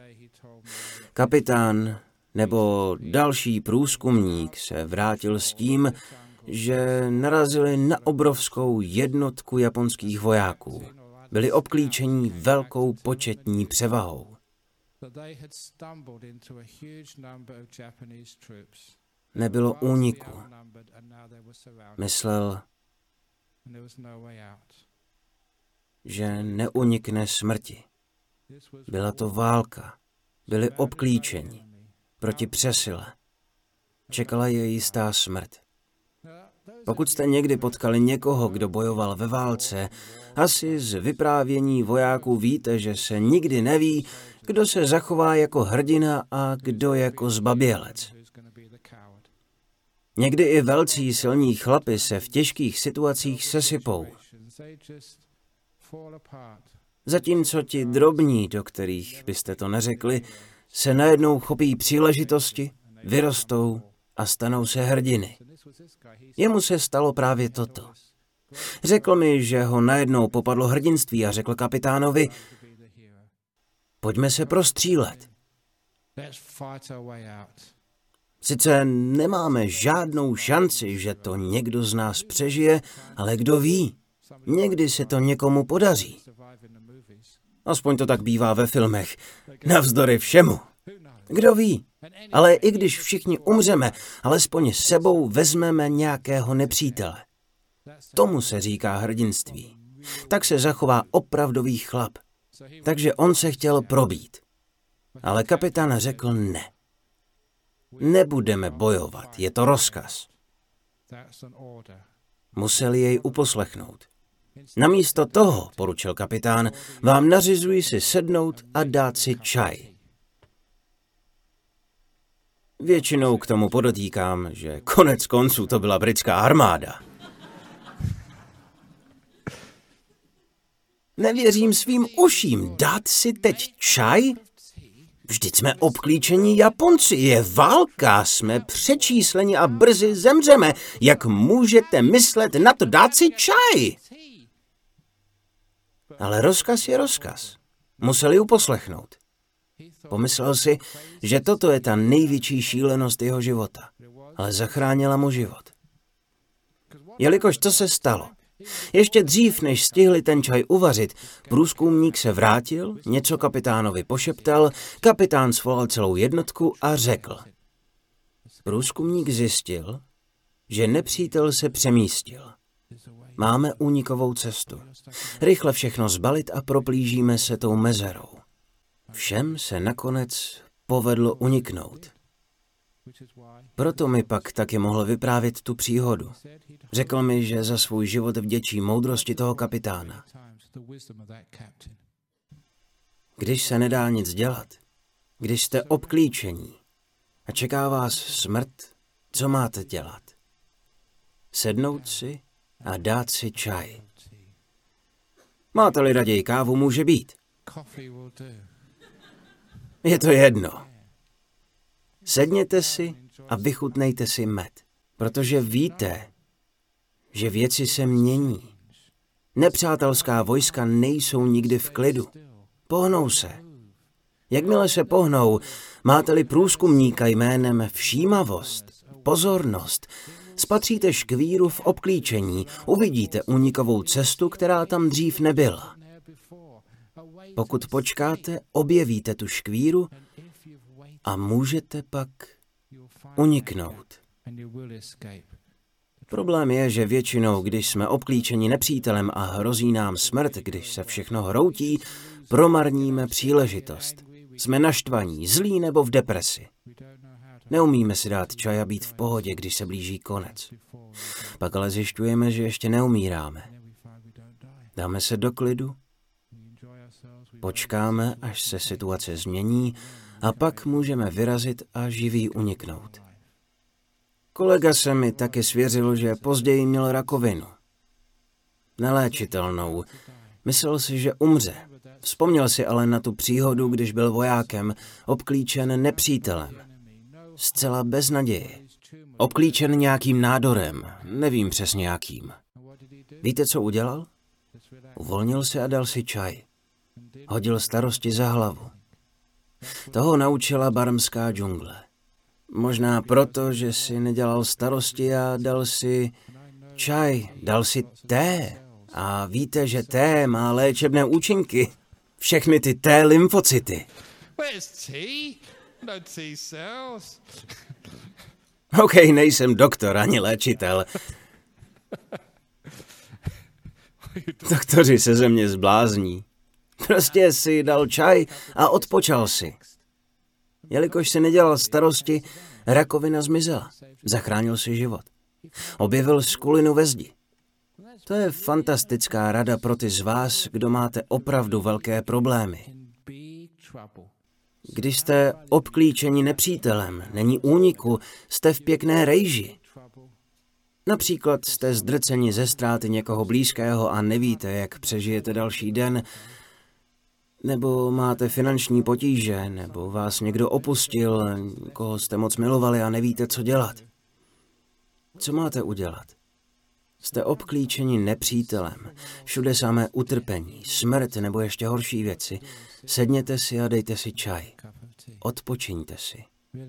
Kapitán nebo další průzkumník se vrátil s tím, že narazili na obrovskou jednotku japonských vojáků. Byli obklíčeni velkou početní převahou. Nebylo úniku. Myslel, že neunikne smrti. Byla to válka. Byli obklíčeni proti přesile. Čekala je jistá smrt. Pokud jste někdy potkali někoho, kdo bojoval ve válce, asi z vyprávění vojáků víte, že se nikdy neví, kdo se zachová jako hrdina a kdo jako zbabělec. Někdy i velcí silní chlapi se v těžkých situacích sesypou. Zatímco ti drobní, do kterých byste to neřekli, se najednou chopí příležitosti, vyrostou a stanou se hrdiny. Jemu se stalo právě toto. Řekl mi, že ho najednou popadlo hrdinství a řekl kapitánovi, pojďme se prostřílet. Sice nemáme žádnou šanci, že to někdo z nás přežije, ale kdo ví, někdy se to někomu podaří. Aspoň to tak bývá ve filmech, navzdory všemu. Kdo ví, ale i když všichni umřeme, alespoň s sebou vezmeme nějakého nepřítele. Tomu se říká hrdinství. Tak se zachová opravdový chlap. Takže on se chtěl probít. Ale kapitán řekl ne. Nebudeme bojovat, je to rozkaz. Museli jej uposlechnout. Namísto toho, poručil kapitán, vám nařizuji si sednout a dát si čaj. Většinou k tomu podotýkám, že konec konců to byla britská armáda. Nevěřím svým uším, dát si teď čaj? Vždyť jsme obklíčení Japonci, je válka, jsme přečísleni a brzy zemřeme. Jak můžete myslet na to dát si čaj? Ale rozkaz je rozkaz. Museli uposlechnout. Pomyslel si, že toto je ta největší šílenost jeho života, ale zachránila mu život. Jelikož co se stalo? Ještě dřív, než stihli ten čaj uvařit, průzkumník se vrátil, něco kapitánovi pošeptal, kapitán svolal celou jednotku a řekl. Průzkumník zjistil, že nepřítel se přemístil. Máme únikovou cestu. Rychle všechno zbalit a proplížíme se tou mezerou. Všem se nakonec povedlo uniknout. Proto mi pak taky mohl vyprávět tu příhodu. Řekl mi, že za svůj život vděčí moudrosti toho kapitána. Když se nedá nic dělat, když jste obklíčení a čeká vás smrt, co máte dělat? Sednout si a dát si čaj. Máte-li raději kávu, může být. Je to jedno. Sedněte si a vychutnejte si med, protože víte, že věci se mění. Nepřátelská vojska nejsou nikdy v klidu. Pohnou se. Jakmile se pohnou, máte-li průzkumníka jménem všímavost, pozornost, spatříte škvíru v obklíčení, uvidíte únikovou cestu, která tam dřív nebyla. Pokud počkáte, objevíte tu škvíru a můžete pak uniknout. Problém je, že většinou, když jsme obklíčeni nepřítelem a hrozí nám smrt, když se všechno hroutí, promarníme příležitost. Jsme naštvaní, zlí nebo v depresi. Neumíme si dát čaj a být v pohodě, když se blíží konec. Pak ale zjišťujeme, že ještě neumíráme. Dáme se do klidu, počkáme, až se situace změní a pak můžeme vyrazit a živí uniknout. Kolega se mi taky svěřil, že později měl rakovinu. Neléčitelnou. Myslel si, že umře. Vzpomněl si ale na tu příhodu, když byl vojákem, obklíčen nepřítelem. Zcela bez naděje. Obklíčen nějakým nádorem, nevím přesně jakým. Víte, co udělal? Uvolnil se a dal si čaj. Hodil starosti za hlavu. Toho naučila barmská džungle. Možná proto, že si nedělal starosti a dal si čaj, dal si té. A víte, že té má léčebné účinky. Všechny ty té lymfocyty. OK, nejsem doktor ani léčitel. Doktoři se ze mě zblázní. Prostě si dal čaj a odpočal si. Jelikož si nedělal starosti, rakovina zmizela. Zachránil si život. Objevil skulinu ve zdi. To je fantastická rada pro ty z vás, kdo máte opravdu velké problémy. Když jste obklíčeni nepřítelem, není úniku, jste v pěkné rejži. Například jste zdrceni ze ztráty někoho blízkého a nevíte, jak přežijete další den, nebo máte finanční potíže, nebo vás někdo opustil, koho jste moc milovali a nevíte, co dělat. Co máte udělat? Jste obklíčeni nepřítelem, všude samé utrpení, smrt nebo ještě horší věci. Sedněte si a dejte si čaj. Odpočiňte si.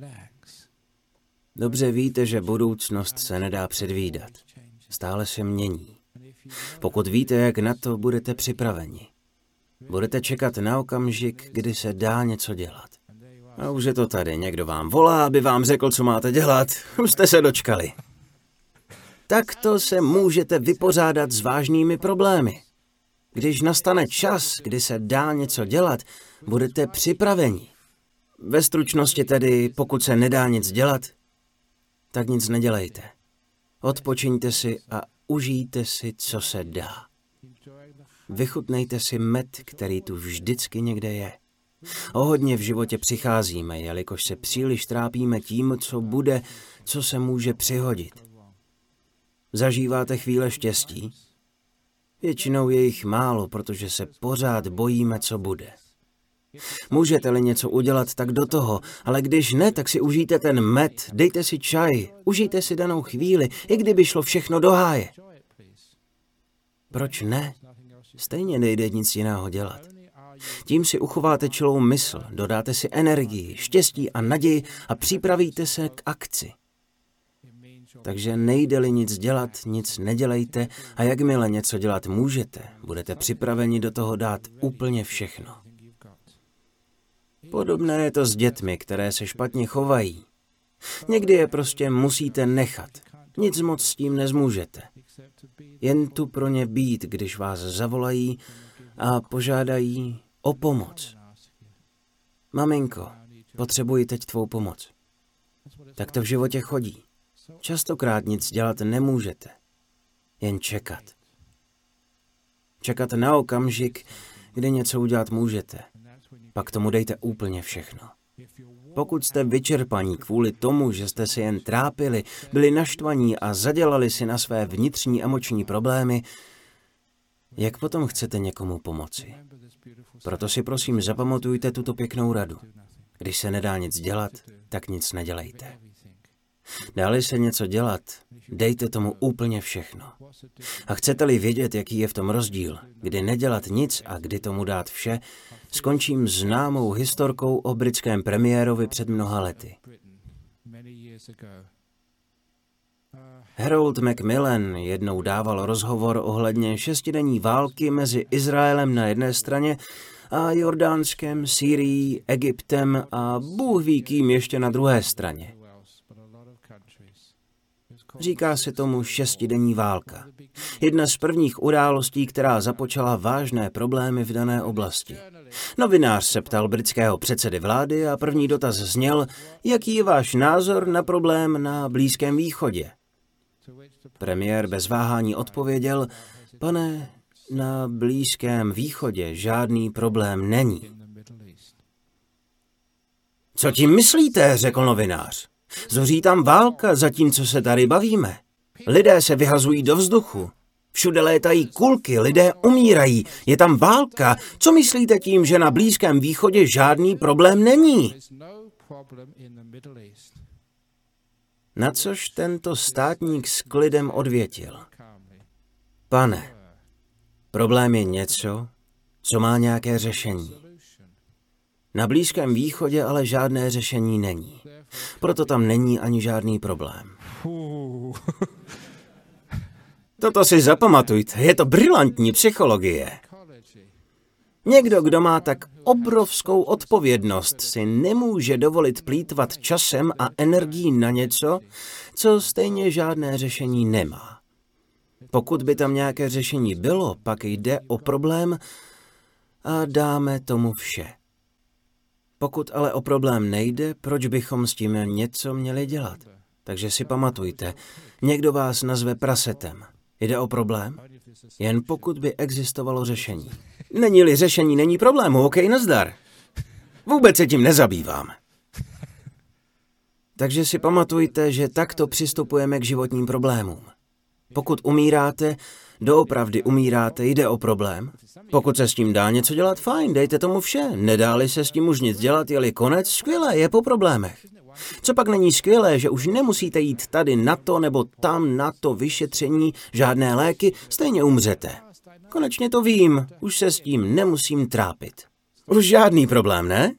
Dobře víte, že budoucnost se nedá předvídat. Stále se mění. Pokud víte, jak na to, budete připraveni. Budete čekat na okamžik, kdy se dá něco dělat. A už je to tady. Někdo vám volá, aby vám řekl, co máte dělat. Už jste se dočkali. Takto se můžete vypořádat s vážnými problémy. Když nastane čas, kdy se dá něco dělat, budete připraveni. Ve stručnosti tedy, pokud se nedá nic dělat, tak nic nedělejte. Odpočiňte si a užijte si, co se dá. Vychutnejte si med, který tu vždycky někde je. O hodně v životě přicházíme, jelikož se příliš trápíme tím, co bude, co se může přihodit. Zažíváte chvíle štěstí? Většinou je jich málo, protože se pořád bojíme, co bude. Můžete-li něco udělat, tak do toho, ale když ne, tak si užijte ten med, dejte si čaj, užijte si danou chvíli, i kdyby šlo všechno do háje. Proč ne? Stejně nejde nic jiného dělat. Tím si uchováte čilou mysl, dodáte si energii, štěstí a naději a připravíte se k akci. Takže nejde-li nic dělat, nic nedělejte a jakmile něco dělat můžete, budete připraveni do toho dát úplně všechno. Podobné je to s dětmi, které se špatně chovají. Někdy je prostě musíte nechat. Nic moc s tím nezmůžete. Jen tu pro ně být, když vás zavolají a požádají o pomoc. Maminko, potřebuji teď tvou pomoc. Tak to v životě chodí. Častokrát nic dělat nemůžete. Jen čekat. Čekat na okamžik, kdy něco udělat můžete. Pak tomu dejte úplně všechno. Pokud jste vyčerpaní kvůli tomu, že jste se jen trápili, byli naštvaní a zadělali si na své vnitřní emoční problémy, jak potom chcete někomu pomoci? Proto si prosím zapamatujte tuto pěknou radu. Když se nedá nic dělat, tak nic nedělejte. Dá-li se něco dělat, dejte tomu úplně všechno. A chcete-li vědět, jaký je v tom rozdíl, kdy nedělat nic a kdy tomu dát vše, skončím známou historkou o britském premiérovi před mnoha lety. Harold Macmillan jednou dával rozhovor ohledně 6denní války mezi Izraelem na jedné straně a Jordánskem, Sýrií, Egyptem a Bůh ví kým ještě na druhé straně. Říká se tomu 6denní válka. Jedna z prvních událostí, která započala vážné problémy v dané oblasti. Novinář se ptal britského předsedy vlády a první dotaz zněl, jaký je váš názor na problém na Blízkém východě. Premiér bez váhání odpověděl, pane, na Blízkém východě žádný problém není. Co tím myslíte, řekl novinář. Zoří tam válka, zatímco se tady bavíme. Lidé se vyhazují do vzduchu. Všude létají kulky, lidé umírají. Je tam válka. Co myslíte tím, že na Blízkém východě žádný problém není? Na což tento státník s klidem odvětil. Pane, problém je něco, co má nějaké řešení. Na Blízkém východě ale žádné řešení není. Proto tam není ani žádný problém. Toto si zapamatujte, je to brilantní psychologie. Někdo, kdo má tak obrovskou odpovědnost, si nemůže dovolit plýtvat časem a energií na něco, co stejně žádné řešení nemá. Pokud by tam nějaké řešení bylo, pak jde o problém a dáme tomu vše. Pokud ale o problém nejde, proč bychom s tím něco měli dělat? Takže si pamatujte, někdo vás nazve prasetem. Jde o problém? Jen pokud by existovalo řešení. Není-li řešení, není problému, OK, nazdar. Vůbec se tím nezabývám. Takže si pamatujte, že takto přistupujeme k životním problémům. Pokud umíráte, doopravdy umíráte, jde o problém. Pokud se s tím dá něco dělat, fajn, dejte tomu vše. Nedá-li se s tím už nic dělat, je-li konec, skvělé, je po problémech. Co pak není skvělé, že už nemusíte jít tady na to nebo tam na to vyšetření, žádné léky, stejně umřete. Konečně to vím, už se s tím nemusím trápit. Už žádný problém, ne?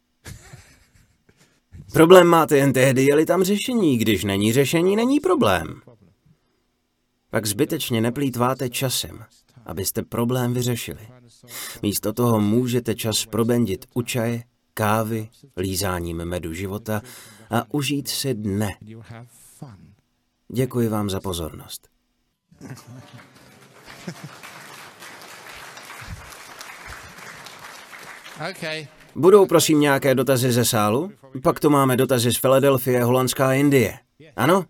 Problém máte jen tehdy, je-li tam řešení, když není řešení, není problém. Pak zbytečně neplýtváte časem, abyste problém vyřešili. Místo toho můžete čas probendit u čaje, kávy, lízáním medu života a užít si dne. Děkuji vám za pozornost. Budou prosím nějaké dotazy ze sálu? Pak tu máme dotazy z Filadelfie, Holandská Indie. Ano?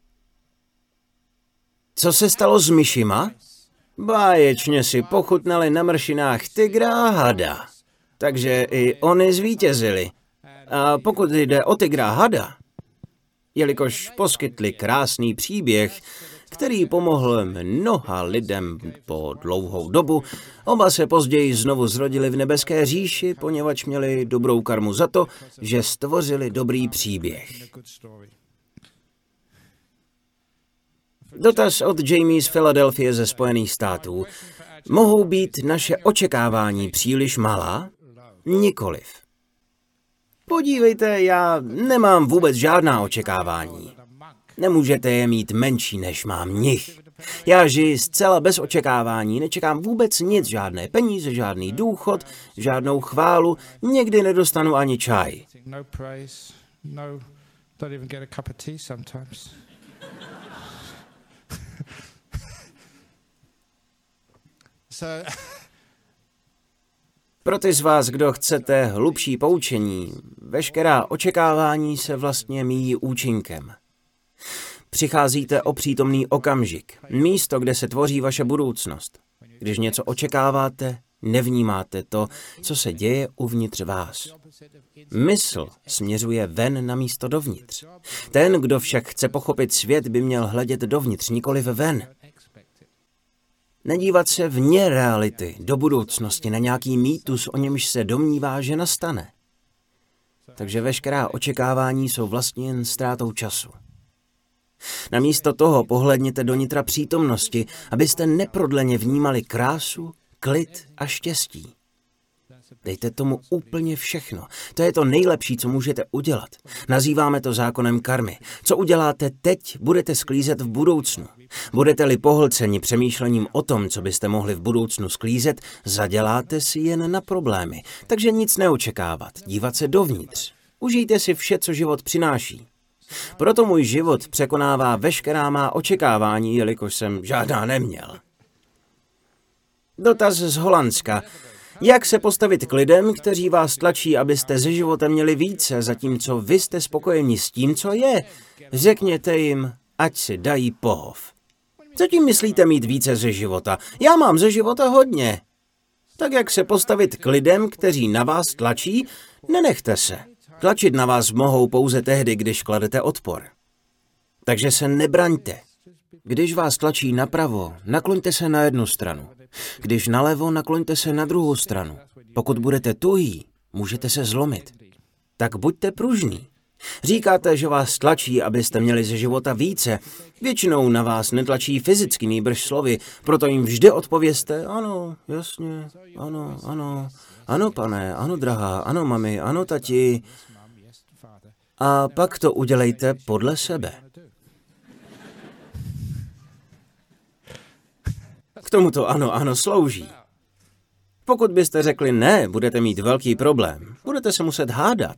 Co se stalo s myšima? Báječně si pochutnali na mršinách tygra a hada. Takže i oni zvítězili. A pokud jde o tygra a hada, jelikož poskytli krásný příběh, který pomohl mnoha lidem po dlouhou dobu, oba se později znovu zrodili v nebeské říši, poněvadž měli dobrou karmu za to, že stvořili dobrý příběh. Dotaz od Jamie z Filadelfie ze Spojených států. Mohou být naše očekávání příliš malá? Nikoliv. Podívejte, já nemám vůbec žádná očekávání. Nemůžete je mít menší, než mám mnich. Já žiji zcela bez očekávání, nečekám vůbec nic, žádné peníze, žádný důchod, žádnou chválu, někdy nedostanu ani čaj. Pro ty z vás, kdo chcete hlubší poučení, veškerá očekávání se vlastně míjí účinkem. Přicházíte o přítomný okamžik, místo, kde se tvoří vaše budoucnost. Když něco očekáváte, nevnímáte to, co se děje uvnitř vás. Mysl směřuje ven na místo dovnitř. Ten, kdo však chce pochopit svět, by měl hledět dovnitř, nikoliv ven. Nedívat se vně reality, do budoucnosti, na nějaký mýtus, o němž se domnívá, že nastane. Takže veškerá očekávání jsou vlastně jen ztrátou času. Namísto toho pohlédněte do nitra přítomnosti, abyste neprodleně vnímali krásu, klid a štěstí. Dejte tomu úplně všechno. To je to nejlepší, co můžete udělat. Nazýváme to zákonem karmy. Co uděláte teď, budete sklízet v budoucnu. Budete-li pohlceni přemýšlením o tom, co byste mohli v budoucnu sklízet, zaděláte si jen na problémy. Takže nic neočekávat, dívat se dovnitř. Užijte si vše, co život přináší. Proto můj život překonává veškerá má očekávání, jelikož jsem žádná neměl. Dotaz z Holandska. Jak se postavit k lidem, kteří vás tlačí, abyste ze života měli více, zatímco vy jste spokojeni s tím, co je? Řekněte jim, ať si dají pohov. Co tím myslíte mít více ze života? Já mám ze života hodně. Tak jak se postavit k lidem, kteří na vás tlačí? Nenechte se. Tlačit na vás mohou pouze tehdy, když kladete odpor. Takže se nebraňte. Když vás tlačí napravo, nakloňte se na jednu stranu. Když nalevo, nakloňte se na druhou stranu. Pokud budete tuhý, můžete se zlomit. Tak buďte pružní. Říkáte, že vás tlačí, abyste měli ze života více. Většinou na vás netlačí fyzicky, nýbrž slovy, proto jim vždy odpovězte, ano, jasně, ano, ano, ano pane, ano drahá, ano mami, ano tati. A pak to udělejte podle sebe. K tomuto ano slouží. Pokud byste řekli ne, budete mít velký problém. Budete se muset hádat.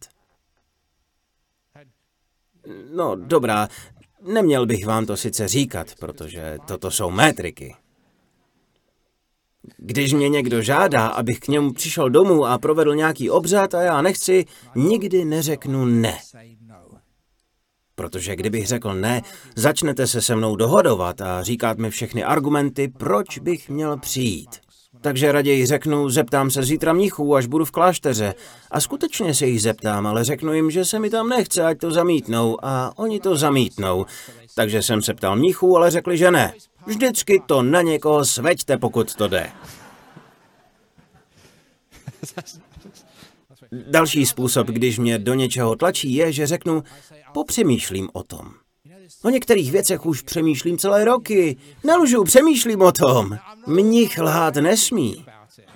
No, dobrá, neměl bych vám to sice říkat, protože toto jsou mé triky. Když mě někdo žádá, abych k němu přišel domů a provedl nějaký obřad a já nechci, nikdy neřeknu ne. Protože kdybych řekl ne, začnete se mnou dohodovat a říkat mi všechny argumenty, proč bych měl přijít. Takže raději řeknu, zeptám se zítra mnichů, až budu v klášteře. A skutečně se jich zeptám, ale řeknu jim, že se mi tam nechce, ať to zamítnou. A oni to zamítnou. Takže jsem se ptal mnichů, ale řekli, že ne. Vždycky to na někoho sveďte, pokud to jde. Další způsob, když mě do něčeho tlačí, je, že řeknu, popřemýšlím o tom. O některých věcech už přemýšlím celé roky. Nelžu, přemýšlím o tom. Mnich lhát nesmí.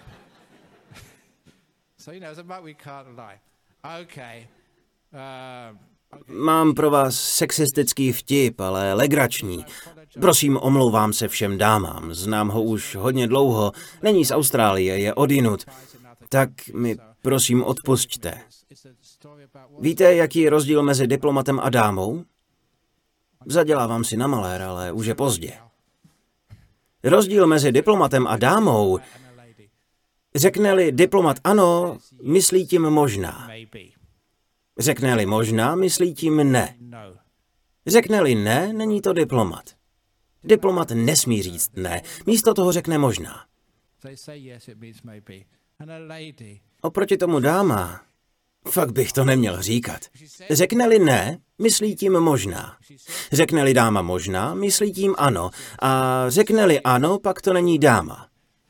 Mám pro vás sexistický vtip, ale legrační. Prosím, omlouvám se všem dámám. Znám ho už hodně dlouho. Není z Austrálie, je odjinud. Tak mi prosím odpusťte. Víte, jaký je rozdíl mezi diplomatem a dámou? Zadělávám si na malér, ale už je pozdě. Rozdíl mezi diplomatem a dámou. Řekne-li diplomat ano, myslí tím možná. Řekne-li možná, myslí tím ne. Řekne-li ne, není to diplomat. Diplomat nesmí říct ne, místo toho řekne možná. Oproti tomu dáma, fakt bych to neměl říkat. Řekne-li ne, myslí tím možná. Řekne-li dáma možná, myslí tím ano. A řekne-li ano, pak to není dáma.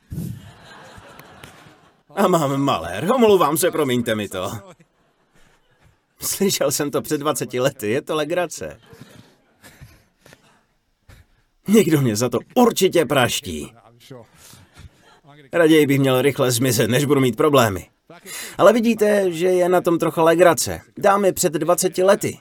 A mám malér, omlouvám se, promiňte mi to. Slyšel jsem to před 20 lety, je to legrace. Někdo mě za to určitě praští. Raději bych měl rychle zmizet, než budu mít problémy. Ale vidíte, že je na tom trochu legrace. Dámy před 20 lety.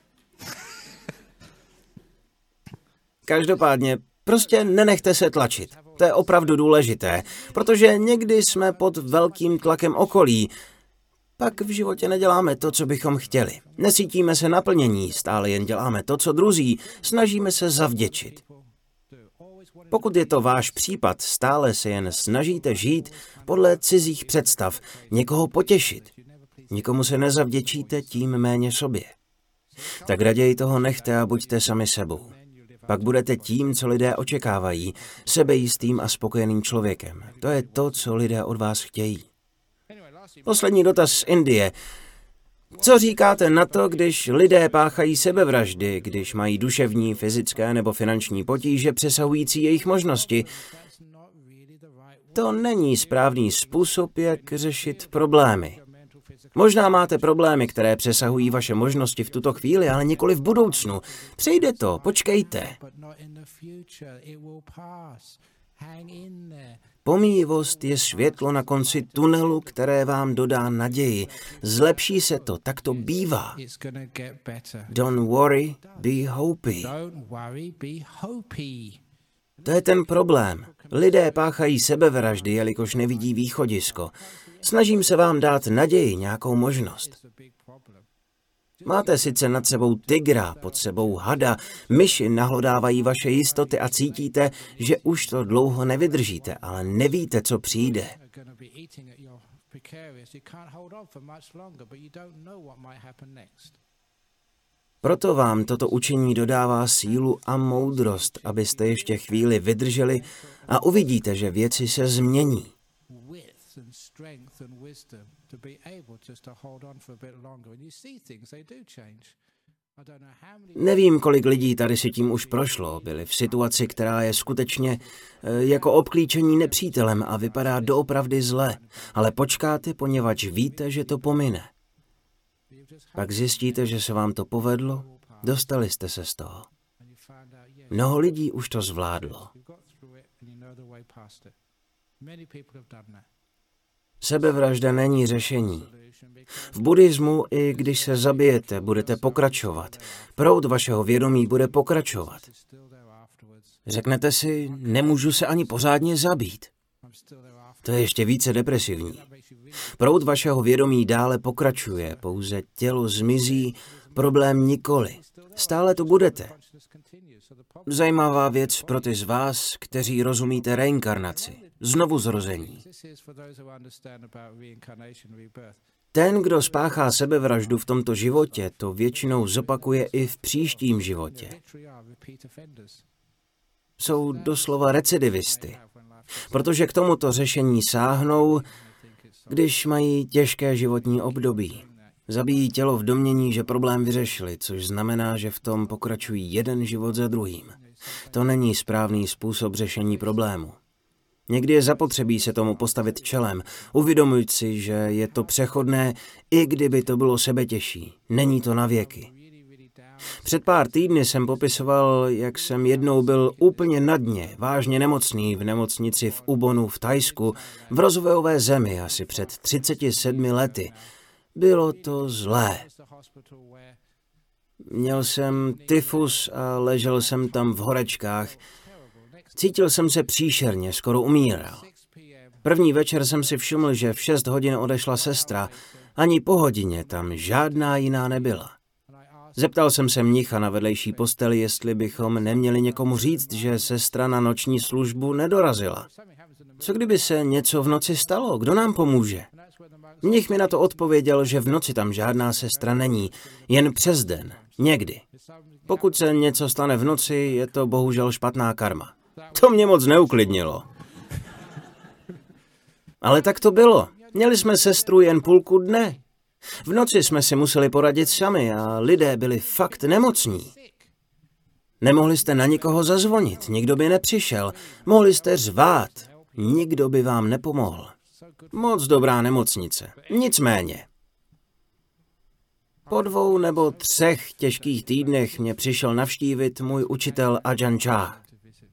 Každopádně, prostě nenechte se tlačit. To je opravdu důležité, protože někdy jsme pod velkým tlakem okolí. Pak v životě neděláme to, co bychom chtěli. Necítíme se naplnění, stále jen děláme to, co druzí, snažíme se zavděčit. Pokud je to váš případ, stále se jen snažíte žít podle cizích představ, někoho potěšit. Nikomu se nezavděčíte, tím méně sobě. Tak raději toho nechte a buďte sami sebou. Pak budete tím, co lidé očekávají, sebejistým a spokojeným člověkem. To je to, co lidé od vás chtějí. Poslední dotaz z Indie. Co říkáte na to, když lidé páchají sebevraždy, když mají duševní, fyzické nebo finanční potíže přesahující jejich možnosti? To není správný způsob, jak řešit problémy. Možná máte problémy, které přesahují vaše možnosti v tuto chvíli, ale nikoli v budoucnu. Přejde to, počkejte. Pomíjivost je světlo na konci tunelu, které vám dodá naději. Zlepší se to, tak to bývá. Don't worry, be happy. To je ten problém. Lidé páchají sebevraždy, jelikož nevidí východisko. Snažím se vám dát naději, nějakou možnost. Máte sice nad sebou tygra, pod sebou hada, myši nahlodávají vaše jistoty a cítíte, že už to dlouho nevydržíte, ale nevíte, co přijde. Proto vám toto učení dodává sílu a moudrost, abyste ještě chvíli vydrželi a uvidíte, že věci se změní. Nevím, kolik lidí tady si tím už prošlo. Byli v situaci, která je skutečně jako obklíčení nepřítelem a vypadá doopravdy zle. Ale počkáte, poněvadž víte, že to pomine. Pak zjistíte, že se vám to povedlo, dostali jste se z toho. Mnoho lidí už to zvládlo. Sebevražda není řešení. V buddhismu, i když se zabijete, budete pokračovat. Proud vašeho vědomí bude pokračovat. Řeknete si, nemůžu se ani pořádně zabít. To je ještě více depresivní. Proud vašeho vědomí dále pokračuje, pouze tělo zmizí Problém nikoli. Stále tu budete. Zajímavá věc pro ty z vás, kteří rozumíte reinkarnaci, znovuzrození. Ten, kdo spáchá sebevraždu v tomto životě, to většinou zopakuje i v příštím životě. Jsou doslova recidivisty, protože k tomuto řešení sáhnou, když mají těžké životní období. Zabijí tělo v domnění, že problém vyřešili, což znamená, že v tom pokračují jeden život za druhým. To není správný způsob řešení problému. Někdy je zapotřebí se tomu postavit čelem, uvědomit si, že je to přechodné, i kdyby to bylo sebetěžší. Není to na věky. Před pár týdny jsem popisoval, jak jsem jednou byl úplně na dně, vážně nemocný v nemocnici v Ubonu v Thajsku, v rozvojové zemi asi před 37 lety. Bylo to zlé. Měl jsem tyfus a ležel jsem tam v horečkách. Cítil jsem se příšerně, skoro umíral. První večer jsem si všiml, že v 6 hodin odešla sestra, ani po hodině tam žádná jiná nebyla. Zeptal jsem se mnicha na vedlejší posteli, jestli bychom neměli někomu říct, že sestra na noční službu nedorazila. Co kdyby se něco v noci stalo? Kdo nám pomůže? Mnich mi na to odpověděl, že v noci tam žádná sestra není, jen přes den, někdy. Pokud se něco stane v noci, je to bohužel špatná karma. To mě moc neuklidnilo. Ale tak to bylo. Měli jsme sestru jen půlku dne. V noci jsme si museli poradit sami a lidé byli fakt nemocní. Nemohli jste na nikoho zazvonit, nikdo by nepřišel. Mohli jste řvát, nikdo by vám nepomohl. Moc dobrá nemocnice. Nicméně. Po 2 nebo 3 těžkých týdnech mě přišel navštívit můj učitel Ajahn Chah.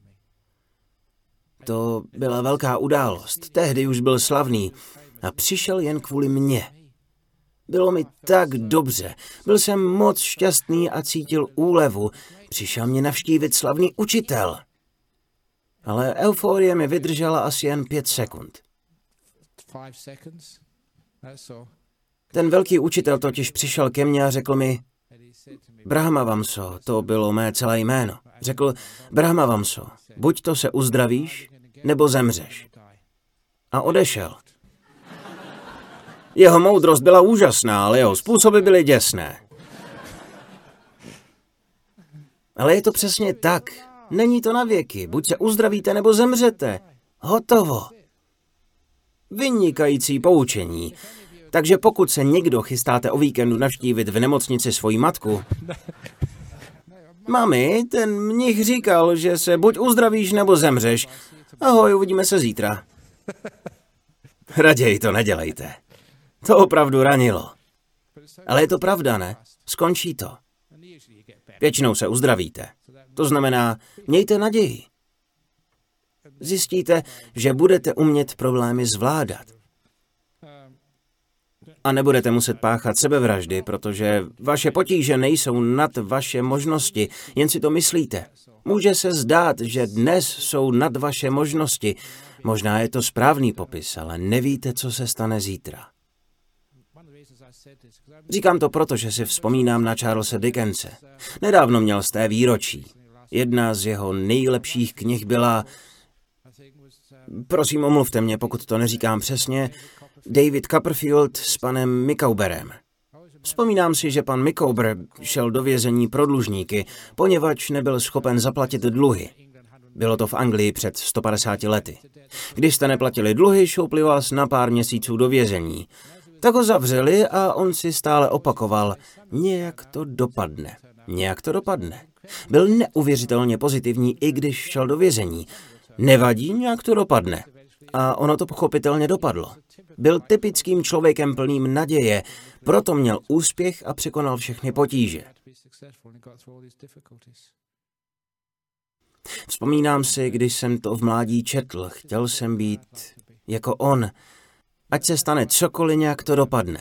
To byla velká událost. Tehdy už byl slavný a přišel jen kvůli mně. Bylo mi tak dobře. Byl jsem moc šťastný a cítil úlevu. Přišel mě navštívit slavný učitel. Ale euforie mi vydržela asi jen 5 sekund. Ten velký učitel totiž přišel ke mně a řekl mi: Brahmavamso, to bylo mé celé jméno. Řekl: Brahmavamso, buď to se uzdravíš, nebo zemřeš. A odešel. Jeho moudrost byla úžasná, ale jeho způsoby byly děsné. Ale je to přesně tak. Není to na věky. Buď se uzdravíte, nebo zemřete. Hotovo. Vynikající poučení. Takže pokud se někdo chystáte o víkendu navštívit v nemocnici svoji matku... Mami, ten mnich říkal, že se buď uzdravíš, nebo zemřeš. Ahoj, uvidíme se zítra. Raději to nedělejte. To opravdu ranilo. Ale je to pravda, ne? Skončí to. Většinou se uzdravíte. To znamená, mějte naději. Zjistíte, že budete umět problémy zvládat. A nebudete muset páchat sebevraždy, protože vaše potíže nejsou nad vaše možnosti, jen si to myslíte. Může se zdát, že dnes jsou nad vaše možnosti. Možná je to správný popis, ale nevíte, co se stane zítra. Říkám to proto, že si vzpomínám na Charlese Dickense. Nedávno měl z té výročí. Jedna z jeho nejlepších knih byla... Prosím, omluvte mě, pokud to neříkám přesně... David Copperfield s panem Micawberem. Vzpomínám si, že pan Micawber šel do vězení pro dlužníky, poněvadž nebyl schopen zaplatit dluhy. Bylo to v Anglii před 150 lety. Když jste neplatili dluhy, šoupli vás na pár měsíců do vězení. Tak ho zavřeli a on si stále opakoval, nějak to dopadne, nějak to dopadne. Byl neuvěřitelně pozitivní, i když šel do vězení. Nevadí, nějak to dopadne. A ono to pochopitelně dopadlo. Byl typickým člověkem plným naděje, proto měl úspěch a překonal všechny potíže. Vzpomínám si, když jsem to v mládí četl, chtěl jsem být jako on. Ať se stane cokoliv, nějak to dopadne.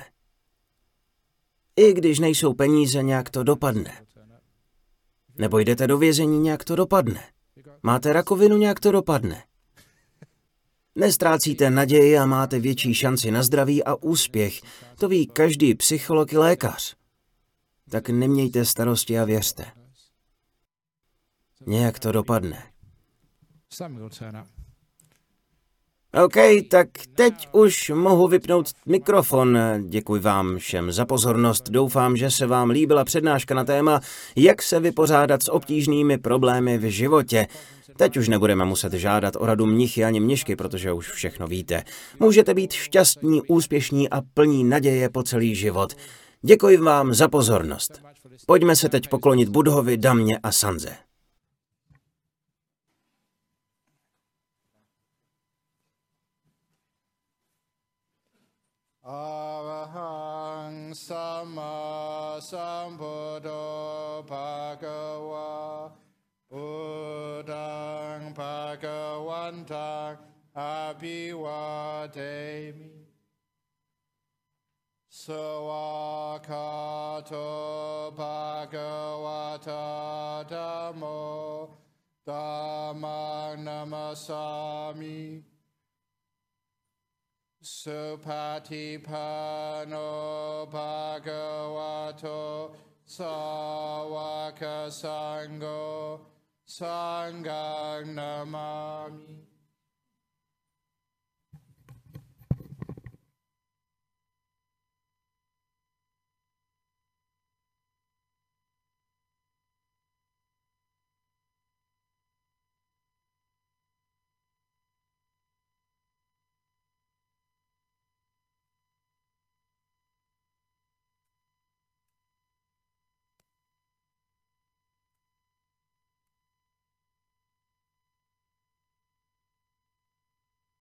I když nejsou peníze, nějak to dopadne. Nebo jdete do vězení, nějak to dopadne. Máte rakovinu, nějak to dopadne. Nestrácíte naději a máte větší šanci na zdraví a úspěch. To ví každý psycholog i lékař. tak nemějte starosti a věřte. Nějak to dopadne. Something will turn up. OK, tak teď už mohu vypnout mikrofon. Děkuji vám všem za pozornost. Doufám, že se vám líbila přednáška na téma, jak se vypořádat s obtížnými problémy v životě. Teď už nebudeme muset žádat o radu mnichy ani mnišky, protože už všechno víte. Můžete být šťastní, úspěšní a plní naděje po celý život. Děkuji vám za pozornost. Pojďme se teď poklonit Buddhovi, Damě a Sanze. Arahang Sama Sambuddho Bhagava Buddhang Bhagavantang Abhivademi Sawakato Bhagavata Dhammo Dhammang Namasami Supatipano Bhagavato Sawaka Sangho Sanghang Namami